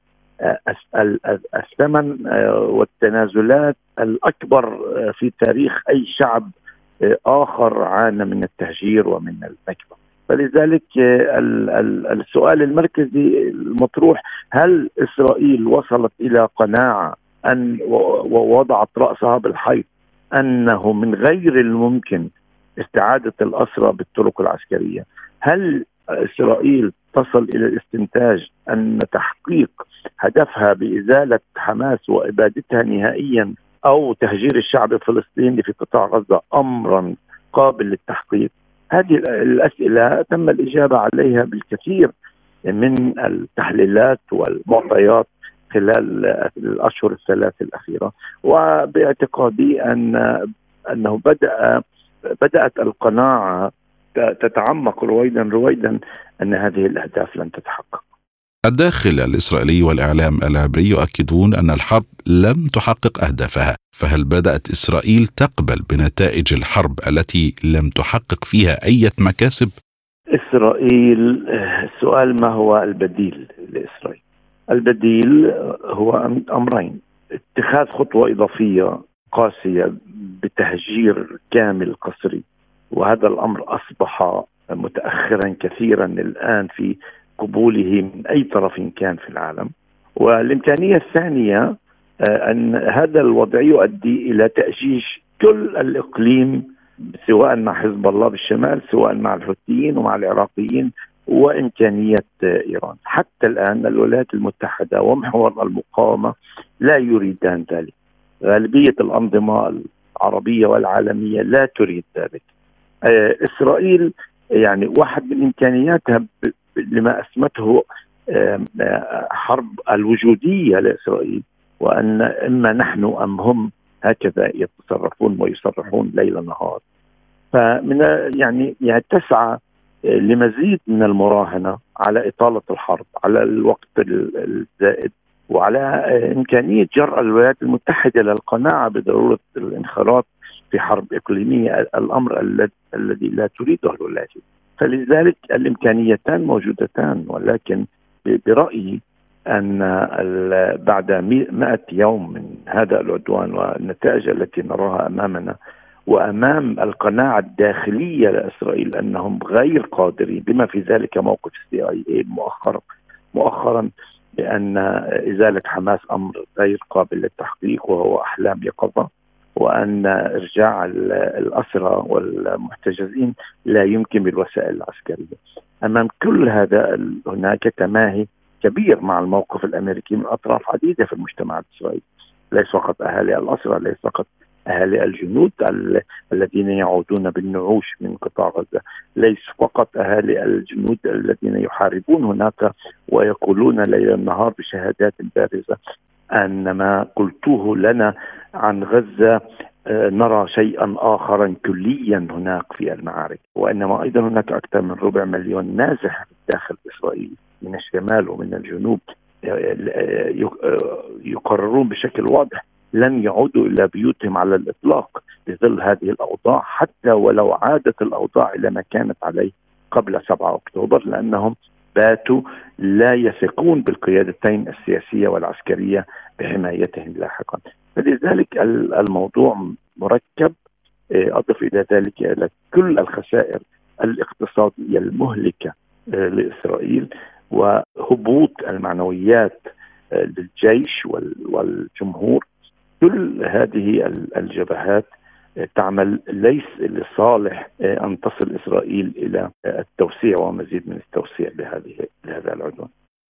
الثمن والتنازلات الأكبر في تاريخ أي شعب آخر عانى من التهجير ومن النكبة. فلذلك السؤال المركزي المطروح: هل إسرائيل وصلت إلى قناعة أن ووضعت رأسها بالحيط أنه من غير الممكن استعادة الأسرى بالطرق العسكرية؟ هل إسرائيل تصل إلى الاستنتاج أن تحقيق هدفها بإزالة حماس وإبادتها نهائيا أو تهجير الشعب الفلسطيني في قطاع غزة أمرا قابل للتحقيق؟ هذه الأسئلة تم الإجابة عليها بالكثير من التحليلات والمعطيات خلال الأشهر الثلاث الأخيرة، وباعتقادي أنه بدأت القناعة تتعمق رويدا أن هذه الأهداف لن تتحقق. الداخل الإسرائيلي والإعلام العبري يؤكدون أن الحرب لم تحقق أهدافها، فهل بدأت إسرائيل تقبل بنتائج الحرب التي لم تحقق فيها أي مكاسب؟ إسرائيل، السؤال ما هو البديل لإسرائيل؟ البديل هو أمرين: اتخاذ خطوة إضافية قاسية بتهجير كامل قسري، وهذا الأمر أصبح متأخرا كثيرا الآن في قبوله من أي طرف كان في العالم. والإمكانية الثانية أن هذا الوضع يؤدي إلى تأجيج كل الإقليم، سواء مع حزب الله بالشمال، سواء مع الحوثيين ومع العراقيين، وإمكانية إيران. حتى الآن الولايات المتحدة ومحور المقاومة لا يريدان ذلك. غالبية الأنظمة العربية والعالمية لا تريد ذلك. إسرائيل واحد من إمكانياتها لما أسمته حرب الوجودية لإسرائيل، وأن إما نحن أم هم، هكذا يتصرفون ويصرحون ليل نهار. فمن تسعى لمزيد من المراهنة على إطالة الحرب، على الوقت الزائد، وعلى إمكانية جرء الولايات المتحدة للقناعة بضرورة الانخراط في حرب إقليمية، الأمر الذي لا تريده الولايات. فلذلك الإمكانيتان موجودتان، ولكن برأيي أن بعد 100 يوم من هذا العدوان والنتائج التي نراها أمامنا، وأمام القناعة الداخلية لإسرائيل أنهم غير قادرين، بما في ذلك موقف CIA مؤخرا بأن إزالة حماس أمر غير قابل للتحقيق وهو أحلام يقظة، وأن إرجاع الأسرى والمحتجزين لا يمكن بالوسائل العسكرية. أمام كل هذا هناك تماهي كبير مع الموقف الأمريكي من أطراف عديدة في المجتمع الإسرائيلي، ليس فقط أهالي الأسرى، ليس فقط أهالي الجنود الذين يعودون بالنعوش من قطاع غزة، ليس فقط أهالي الجنود الذين يحاربون هناك ويقولون ليل نهار بشهادات بارزة أن ما قلتوه لنا عن غزة نرى شيئا آخرا كليا هناك في المعارك، وإنما أيضا هناك أكثر من 250,000 نازح داخل إسرائيل من الشمال ومن الجنوب يقررون بشكل واضح لن يعودوا إلى بيوتهم على الإطلاق بظل هذه الأوضاع، حتى ولو عادت الأوضاع إلى ما كانت عليه قبل 7 أكتوبر، لأنهم باتوا لا يثقون بالقيادتين السياسية والعسكرية بحمايتهم لاحقا. فلذلك الموضوع مركب. أضف إلى ذلك إلى كل الخسائر الاقتصادية المهلكة لإسرائيل وهبوط المعنويات للجيش والجمهور. كل هذه الجبهات تعمل ليس لصالح أن تصل إسرائيل إلى التوسيع ومزيد من التوسيع لهذا العدوان.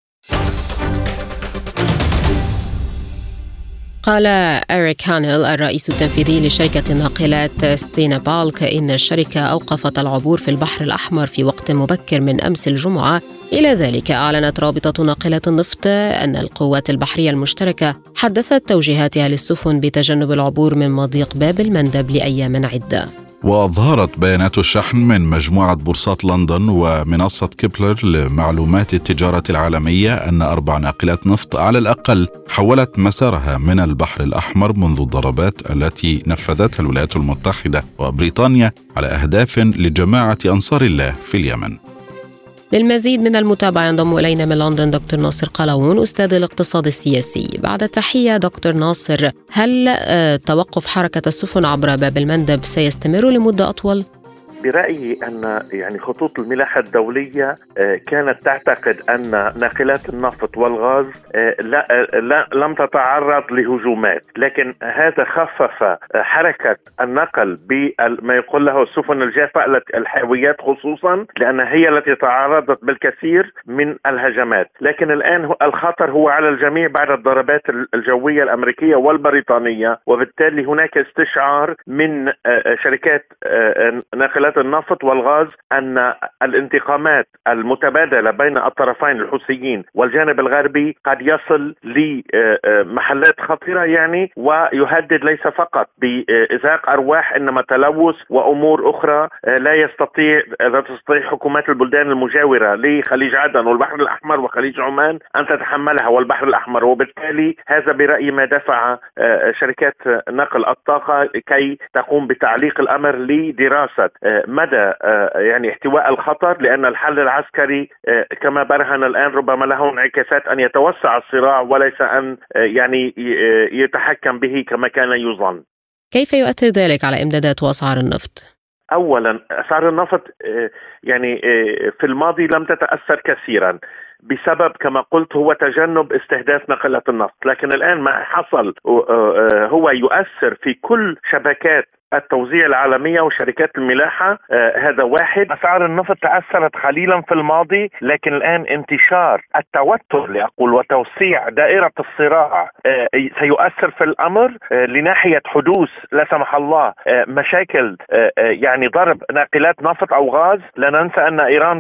قال إريك هانيل الرئيس التنفيذي لشركة الناقلات ستينا بالك إن الشركة أوقفت العبور في البحر الأحمر في وقت مبكر من أمس الجمعة. إلى ذلك أعلنت رابطة ناقلات النفط أن القوات البحرية المشتركة حدثت توجيهاتها للسفن بتجنب العبور من مضيق باب المندب لأيام عدة. وأظهرت بيانات الشحن من مجموعة بورصات لندن ومنصة كيبلر لمعلومات التجارة العالمية أن 4 ناقلات نفط على الأقل حولت مسارها من البحر الأحمر منذ الضربات التي نفذتها الولايات المتحدة وبريطانيا على أهداف لجماعة أنصار الله في اليمن. للمزيد من المتابعة ينضم إلينا من لندن دكتور ناصر قلاوون أستاذ الاقتصاد السياسي. بعد التحية دكتور ناصر، هل توقف حركة السفن عبر باب المندب سيستمر لمدة أطول؟ برأيي أن خطوط الملاحة الدولية كانت تعتقد أن ناقلات النفط والغاز لم تتعرض لهجومات، لكن هذا خفف حركة النقل بما يقول له السفن الجافة الحاويات، خصوصا لأنها هي التي تعرضت بالكثير من الهجمات. لكن الآن الخطر هو على الجميع بعد الضربات الجوية الأمريكية والبريطانية، وبالتالي هناك استشعار من شركات ناقلات النفط والغاز أن الانتقامات المتبادلة بين الطرفين الحوثيين والجانب الغربي قد يصل لمحلات خطيرة ويهدد ليس فقط بإزهاق أرواح إنما تلوث وأمور أخرى لا تستطيع حكومات البلدان المجاورة لخليج عدن والبحر الأحمر وخليج عمان أن تتحملها والبحر الأحمر. وبالتالي هذا برأيي ما دفع شركات نقل الطاقة كي تقوم بتعليق الأمر لدراسة مدى احتواء الخطر، لأن الحل العسكري كما برهن الآن ربما له انعكاسات أن يتوسع الصراع وليس أن يتحكم به كما كان يظن. كيف يؤثر ذلك على إمدادات وأسعار النفط؟ أولا أسعار النفط في الماضي لم تتأثر كثيرا بسبب كما قلت هو تجنب استهداف نقلات النفط، لكن الآن ما حصل هو يؤثر في كل شبكات التوزيع العالمية وشركات الملاحة. هذا واحد. أسعار النفط تأثرت قليلا في الماضي، لكن الآن انتشار التوتر لأقول وتوسيع دائرة الصراع سيؤثر في الأمر لناحية حدوث لا سمح الله مشاكل ضرب ناقلات نفط أو غاز. لا ننسى أن إيران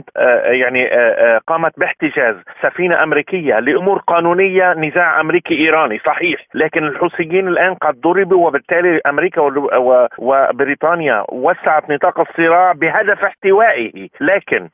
قامت باحتجاز سفينة أمريكية لأمور قانونية، نزاع أمريكي إيراني صحيح، لكن الحوثيين الآن قد ضربوا، وبالتالي أمريكا وبريطانيا وسعت نطاق الصراع بهدف احتوائه. لكن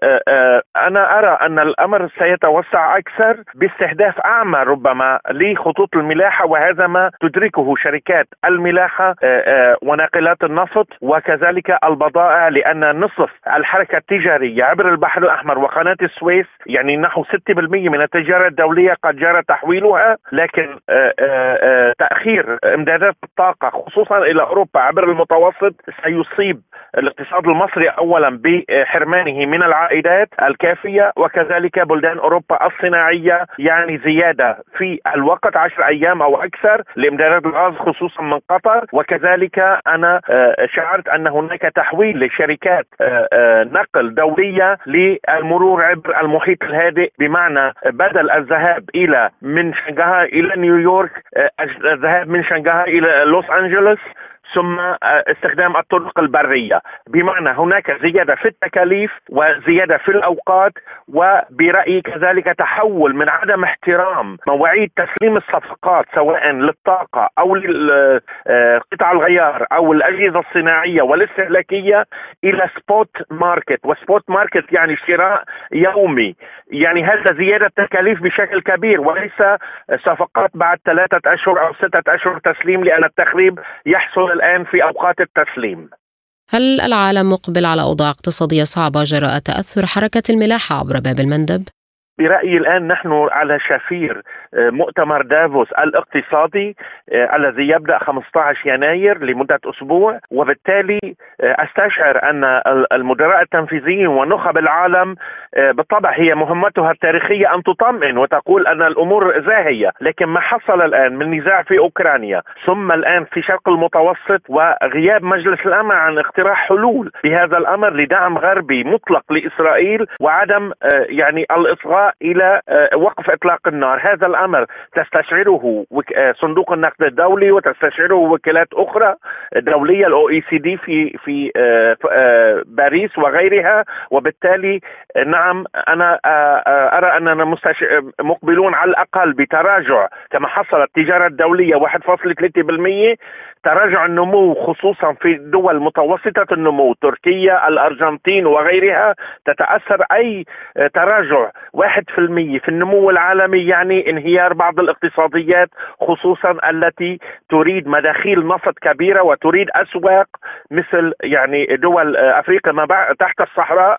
أنا أرى أن الأمر سيتوسع أكثر باستهداف أعمى ربما لخطوط الملاحة، وهذا ما تدركه شركات الملاحة وناقلات النفط وكذلك البضائع، لأن نصف الحركة التجارية عبر البحر الأحمر وقناة السويس نحو 6% من التجارة الدولية قد جرى تحويلها، لكن تأخير إمدادات الطاقة خصوصا إلى أوروبا عبر عبر المتوسط سيصيب الاقتصاد المصري أولا بحرمانه من العائدات الكافية، وكذلك بلدان أوروبا الصناعية، يعني زيادة في الوقت 10 أيام أو أكثر لإمدادات الغاز خصوصا من قطر. وكذلك أنا شعرت أن هناك تحويل لشركات نقل دولية للمرور عبر المحيط الهادئ، بمعنى بدل الذهاب من شنغهاي إلى نيويورك، الذهاب من شنغهاي إلى لوس أنجلوس، ثم استخدام الطرق البرية، بمعنى هناك زيادة في التكاليف وزيادة في الأوقات، وبرأيي كذلك تحول من عدم احترام مواعيد تسليم الصفقات سواء للطاقة أو لقطع الغيار أو الأجهزة الصناعية والاستهلاكية إلى سبوت ماركت. وسبوت ماركت يعني شراء يومي، يعني هذا زيادة تكاليف بشكل كبير، وليس صفقات بعد 3 أشهر أو 6 أشهر تسليم، لأن التخريب يحصل الآن في أوقات التسليم. هل العالم مقبل على أوضاع اقتصادية صعبة جراء تأثر حركة الملاحة عبر باب المندب؟ برأيي الآن نحن على شفير مؤتمر دافوس الاقتصادي الذي يبدأ 15 يناير لمدة أسبوع، وبالتالي أستشعر أن المدراء التنفيذيين ونخب العالم بالطبع هي مهمتها التاريخية أن تطمئن وتقول أن الأمور زاهية، لكن ما حصل الآن من نزاع في أوكرانيا ثم الآن في شرق المتوسط وغياب مجلس الأمن عن اقتراح حلول بهذا الأمر لدعم غربي مطلق لإسرائيل وعدم يعني الإصغاء إلى وقف إطلاق النار، هذا الأمر تستشعره صندوق النقد الدولي وتستشعره وكالات أخرى دولية الOECD في باريس وغيرها. وبالتالي نعم أنا أرى أننا مقبلون على الأقل بتراجع كما حصل التجارة الدولية 1.3%، تراجع النمو خصوصا في دول متوسطة النمو تركيا الأرجنتين وغيرها، تتأثر أي تراجع 1% في النمو العالمي يعني انهيار بعض الاقتصاديات خصوصا التي تريد مداخيل نفط كبيرة وتريد أسواق مثل يعني دول أفريقيا ما تحت الصحراء.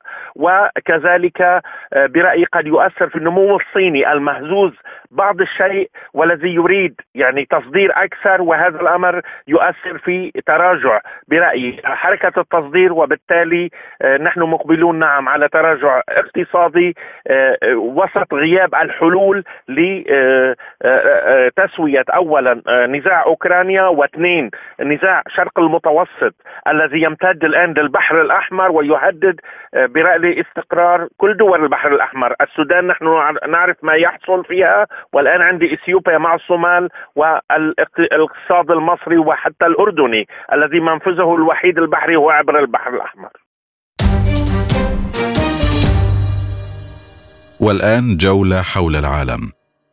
وكذلك برأيي قد يؤثر في النمو الصيني المهزوز بعض الشيء والذي يريد يعني تصدير أكثر، وهذا الأمر يؤثر في تراجع برأيي حركة التصدير. وبالتالي نحن مقبلون نعم على تراجع اقتصادي وسط غياب الحلول لتسوية أولا نزاع أوكرانيا، واثنين نزاع شرق المتوسط الذي يمتد الآن للبحر الأحمر ويهدد برأيي استقرار كل دول البحر الأحمر. السودان نحن نعرف ما يحصل فيها، والآن عندي إثيوبيا مع الصومال، والاقتصاد المصري وحتى الأردني الذي منفذه الوحيد البحري هو عبر البحر الأحمر. والآن جولة حول العالم.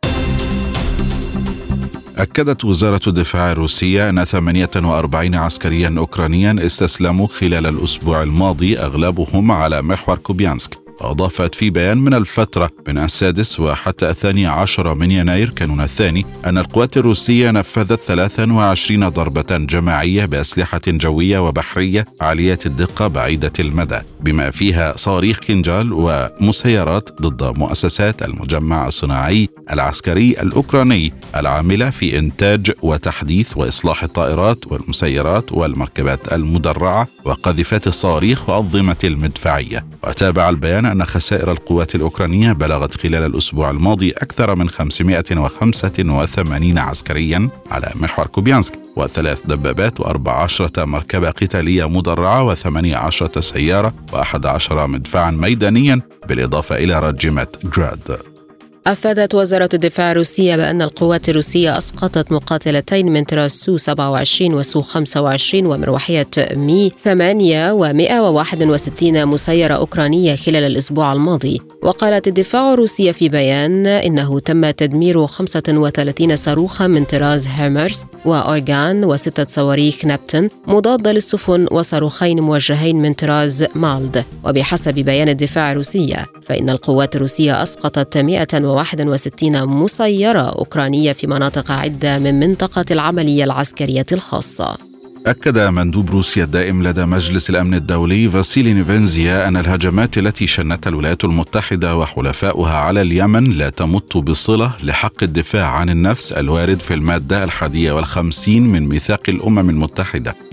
أكدت وزارة الدفاع الروسية أن 48 عسكريا أوكرانيا استسلموا خلال الأسبوع الماضي، أغلبهم على محور كوبيانسك. أضافت في بيان من الفترة من 6 وحتى 12 من يناير كانون الثاني أن القوات الروسية نفذت 23 ضربة جماعية بأسلحة جوية وبحرية عالية الدقة بعيدة المدى، بما فيها صواريخ كنجال ومسيرات ضد مؤسسات المجمع الصناعي العسكري الأوكراني العاملة في إنتاج وتحديث وإصلاح الطائرات والمسيرات والمركبات المدرعة وقاذفات الصواريخ وأنظمة المدفعية. وتابع البيان أن خسائر القوات الأوكرانية بلغت خلال الأسبوع الماضي أكثر من 585 عسكريا على محور كوبيانسك، و3 دبابات و14 مركبة قتالية مدرعة و18 سيارة و11 مدفعا ميدانيا، بالإضافة إلى راجمة جراد. أفادت وزارة الدفاع الروسية بأن القوات الروسية أسقطت مقاتلتين من طراز سو 27 وسو 25 ومروحية مي 8 و161 مسيرة أوكرانية خلال الأسبوع الماضي. وقالت الدفاع الروسية في بيان إنه تم تدمير 35 صاروخا من طراز هيمرس وأورغان و6 صواريخ نبتون مضادة للسفن وصاروخين موجهين من طراز مالد. وبحسب بيان الدفاع الروسية فإن القوات الروسية أسقطت 161 مسيرة أوكرانية في مناطق عدة من منطقة العملية العسكرية الخاصة. أكد مندوب روسيا الدائم لدى مجلس الأمن الدولي فاسيلي نيفينزيا أن الهجمات التي شنتها الولايات المتحدة وحلفاؤها على اليمن لا تمت بصلة لحق الدفاع عن النفس الوارد في المادة 51 من ميثاق الأمم المتحدة،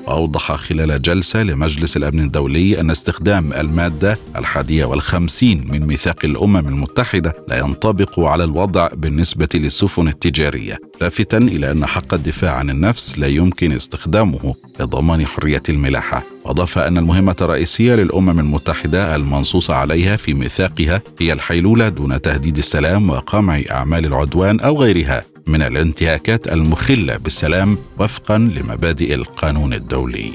وأوضح خلال جلسة لمجلس الأمن الدولي أن استخدام المادة 51 من ميثاق الأمم المتحدة لا ينطبق على الوضع بالنسبة للسفن التجارية، لافتا إلى أن حق الدفاع عن النفس لا يمكن استخدامه لضمان حرية الملاحة. وأضاف أن المهمة الرئيسية للأمم المتحدة المنصوص عليها في ميثاقها هي الحيلولة دون تهديد السلام وقمع أعمال العدوان أو غيرها من الانتهاكات المخلة بالسلام وفقا لمبادئ القانون الدولي.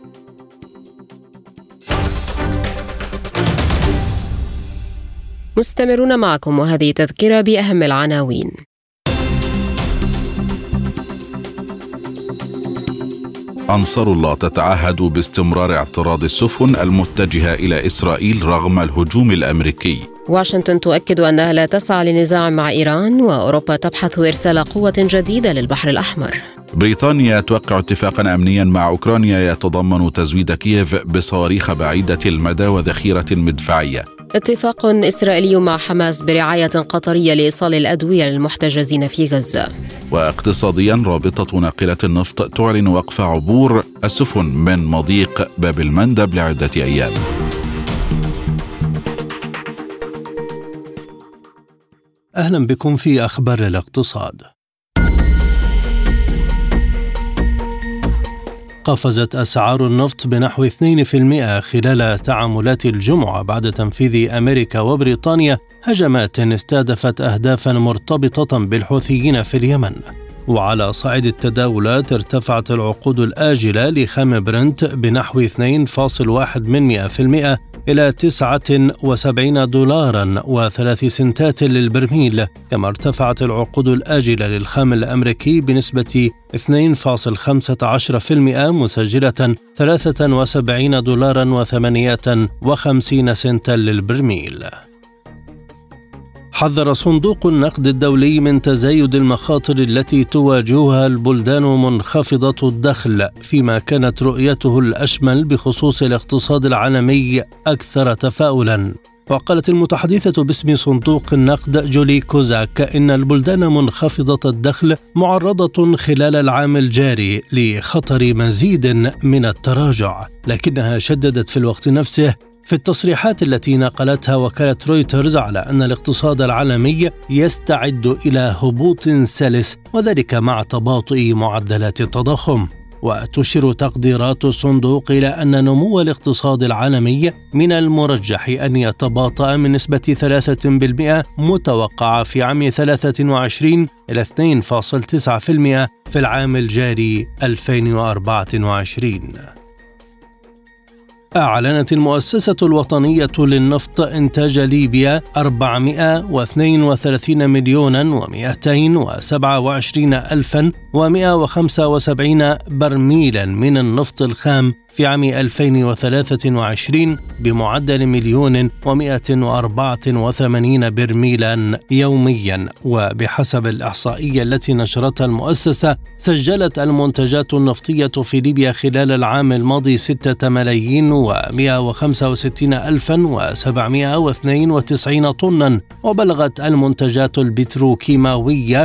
مستمرون معكم وهذه تذكرة بأهم العناوين. أنصار الله تتعهد باستمرار اعتراض السفن المتجهة إلى إسرائيل رغم الهجوم الأمريكي. واشنطن تؤكد أنها لا تسعى لنزاع مع إيران، وأوروبا تبحث إرسال قوة جديدة للبحر الأحمر. بريطانيا توقع اتفاقا أمنيا مع أوكرانيا يتضمن تزويد كييف بصواريخ بعيدة المدى وذخيرة مدفعية. اتفاق إسرائيلي مع حماس برعاية قطرية لإيصال الأدوية للمحتجزين في غزة. واقتصاديا رابطة ناقلة النفط تعلن وقف عبور السفن من مضيق باب المندب لعدة أيام. أهلا بكم في أخبار الاقتصاد. قفزت أسعار النفط بنحو 2% خلال تعاملات الجمعة بعد تنفيذ أمريكا وبريطانيا هجمات استهدفت أهدافا مرتبطة بالحوثيين في اليمن. وعلى صعيد التداولات ارتفعت العقود الآجلة لخام برنت بنحو 2.1% إلى $79.03 للبرميل، كما ارتفعت العقود الآجلة للخام الأمريكي بنسبة 2.15% مسجلة $73.58 للبرميل. حذر صندوق النقد الدولي من تزايد المخاطر التي تواجهها البلدان منخفضة الدخل، فيما كانت رؤيته الأشمل بخصوص الاقتصاد العالمي أكثر تفاؤلا. وقالت المتحدثة باسم صندوق النقد جولي كوزاك إن البلدان منخفضة الدخل معرضة خلال العام الجاري لخطر مزيد من التراجع، لكنها شددت في الوقت نفسه في التصريحات التي نقلتها وكالة رويترز على أن الاقتصاد العالمي يستعد إلى هبوط سلس، وذلك مع تباطؤ معدلات التضخم. وتشير تقديرات الصندوق إلى أن نمو الاقتصاد العالمي من المرجح أن يتباطأ من نسبة 3% متوقعة في عام 23 إلى 2.9% في العام الجاري 2024. أعلنت المؤسسة الوطنية للنفط إنتاج ليبيا 432,227,175 برميلا من النفط الخام في عام 2023 بمعدل 1,184 برميلا يوميا. وبحسب الإحصائية التي نشرتها المؤسسة، سجلت المنتجات النفطية في ليبيا خلال العام الماضي 6,165,792 طنا، وبلغت المنتجات البتروكيماوية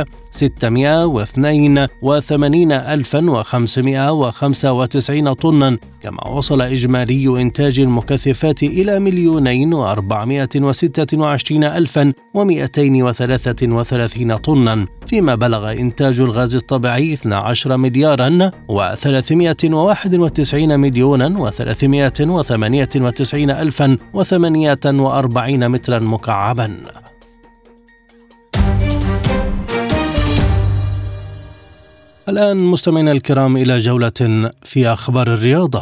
682,595 طنا، كما وصل إجمالي إنتاج المكثفات إلى 2,426,233 طنا، فيما بلغ إنتاج الغاز الطبيعي 12,391,398,048 مترا مكعبا. الآن مستمعينا الكرام إلى جولة في أخبار الرياضة.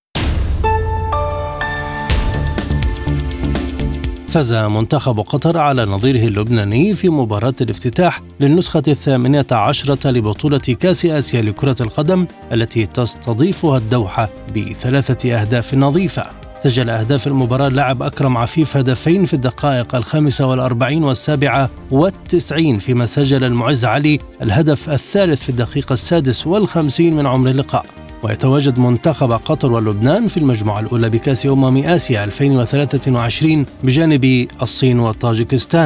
فاز منتخب قطر على نظيره اللبناني في مباراة الافتتاح للنسخة 18 لبطولة كأس آسيا لكرة القدم التي تستضيفها الدوحة ب3 أهداف نظيفة. سجل أهداف المباراة اللاعب أكرم عفيف هدفين في الدقائق 45 و97، فيما سجل المعز علي الهدف الثالث في الدقيقة 56 من عمر اللقاء. ويتواجد منتخب قطر ولبنان في المجموعة الأولى بكأس آسيا 2023 بجانب الصين وطاجكستان.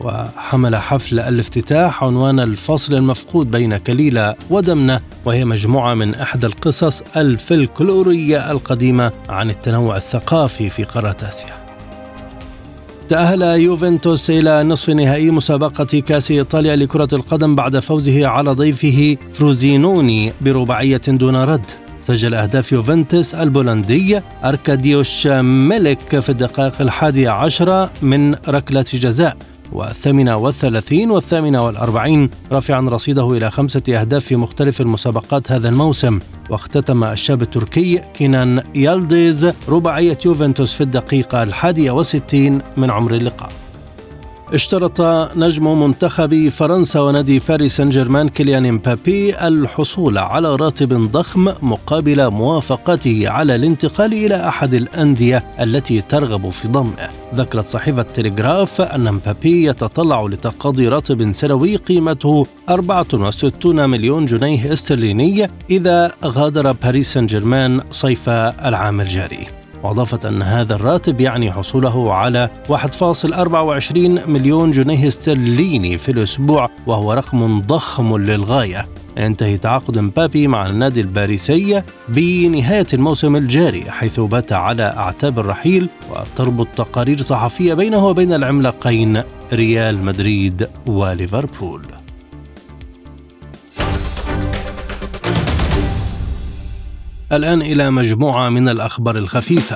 وحمل حفل الافتتاح عنوان الفصل المفقود بين كليلة ودمنة، وهي مجموعة من إحدى القصص الفلكلورية القديمة عن التنوع الثقافي في قارة آسيا. تأهل يوفنتوس إلى نصف نهائي مسابقة كأس إيطاليا لكرة القدم بعد فوزه على ضيفه فروزينوني برباعية دون رد. سجل أهداف يوفنتوس البولندي أركاديوش ميليك في الدقائق 11 من ركلة جزاء، و38 و48 رافعا رصيده إلى 5 أهداف في مختلف المسابقات هذا الموسم. واختتم الشاب التركي كينان يالديز رباعية يوفنتوس في الدقيقة 61 من عمر اللقاء. اشترط نجم منتخب فرنسا ونادي باريس سان جيرمان كيليان امبابي الحصول على راتب ضخم مقابل موافقته على الانتقال إلى أحد الأندية التي ترغب في ضمه. ذكرت صحيفة تلغراف أن امبابي يتطلع لتقاضي راتب سنوي قيمته 64 مليون جنيه استرليني إذا غادر باريس سان جيرمان صيف العام الجاري. وأضافت أن هذا الراتب يعني حصوله على 1.24 مليون جنيه استرليني في الأسبوع، وهو رقم ضخم للغاية. ينتهي تعاقد مبابي مع النادي الباريسي بنهاية الموسم الجاري، حيث بات على أعتاب الرحيل، وتربط تقارير صحفية بينه وبين العملاقين ريال مدريد وليفربول. الآن إلى مجموعة من الأخبار الخفيفة.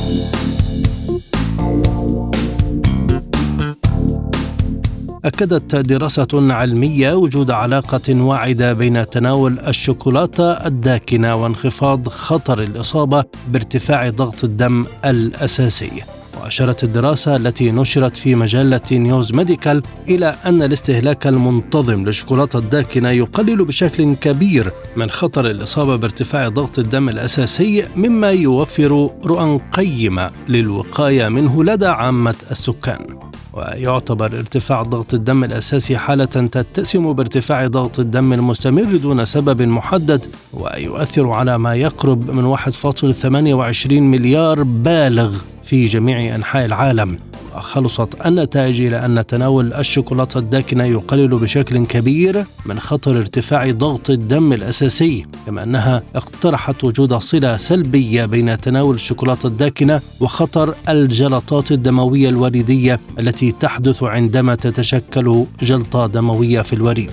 أكدت دراسة علمية وجود علاقة واعدة بين تناول الشوكولاتة الداكنة وانخفاض خطر الإصابة بارتفاع ضغط الدم الأساسي. وأشارت الدراسة التي نشرت في مجلة نيوز ميديكال إلى أن الاستهلاك المنتظم للشوكولاتة الداكنة يقلل بشكل كبير من خطر الإصابة بارتفاع ضغط الدم الأساسي، مما يوفر رؤى قيمة للوقاية منه لدى عامة السكان. ويعتبر ارتفاع ضغط الدم الأساسي حالة تتسم بارتفاع ضغط الدم المستمر دون سبب محدد، ويؤثر على ما يقرب من 1.28 مليار بالغ في جميع أنحاء العالم. خلصت النتائج إلى أن تناول الشوكولاتة الداكنة يقلل بشكل كبير من خطر ارتفاع ضغط الدم الأساسي، كما أنها اقترحت وجود صلة سلبية بين تناول الشوكولاتة الداكنة وخطر الجلطات الدموية الوريدية التي تحدث عندما تتشكل جلطة دموية في الوريد.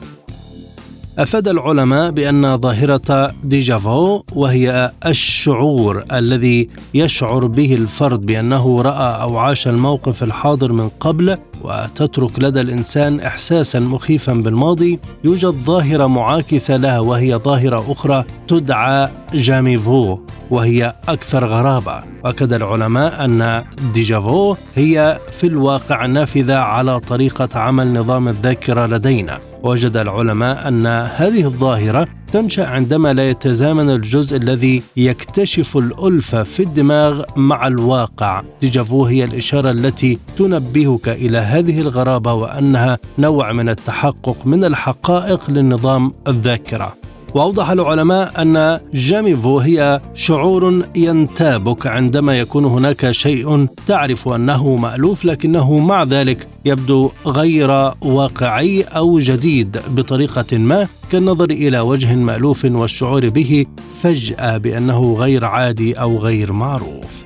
أفاد العلماء بأن ظاهرة ديجافو، وهي الشعور الذي يشعر به الفرد بأنه رأى أو عاش الموقف الحاضر من قبل وتترك لدى الإنسان إحساسا مخيفا بالماضي، يوجد ظاهرة معاكسة لها وهي ظاهرة أخرى تدعى جاميفو، وهي أكثر غرابة. وأكد العلماء أن ديجافو هي في الواقع نافذة على طريقة عمل نظام الذاكرة لدينا. وجد العلماء أن هذه الظاهرة تنشأ عندما لا يتزامن الجزء الذي يكتشف الألفة في الدماغ مع الواقع. ديجافو هي الإشارة التي تنبهك إلى هذه الغرابة وأنها نوع من التحقق من الحقائق للنظام الذاكرة. وأوضح العلماء أن جاميفو هي شعور ينتابك عندما يكون هناك شيء تعرف أنه مألوف لكنه مع ذلك يبدو غير واقعي أو جديد بطريقة ما، كالنظر إلى وجه مألوف والشعور به فجأة بأنه غير عادي أو غير معروف.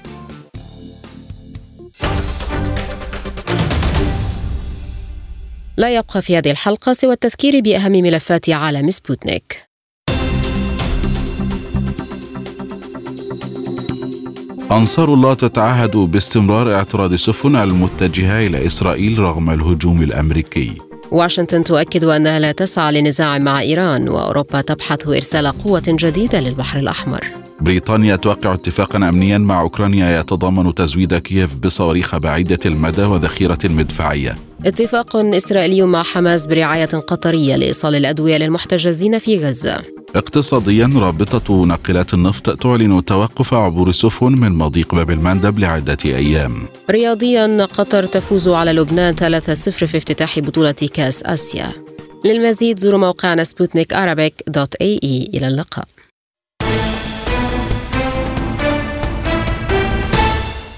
لا يبقى في هذه الحلقة سوى التذكير بأهم ملفات عالم سبوتنيك. أنصار الله تتعهد باستمرار اعتراض السفن المتجهة إلى إسرائيل رغم الهجوم الأمريكي. واشنطن تؤكد أنها لا تسعى لنزاع مع إيران، وأوروبا تبحث إرسال قوة جديدة للبحر الأحمر. بريطانيا توقع اتفاقا أمنيا مع أوكرانيا يتضمن تزويد كييف بصواريخ بعيدة المدى وذخيرة مدفعية. اتفاق إسرائيلي مع حماس برعاية قطرية لإيصال الأدوية للمحتجزين في غزة. اقتصاديا، رابطة ناقلات النفط تعلن توقف عبور السفن من مضيق باب المندب لعدة أيام. رياضيا، قطر تفوز على لبنان 3-0 في افتتاح بطولة كأس آسيا. للمزيد زوروا موقعنا sputnikarabic.ae. إلى اللقاء.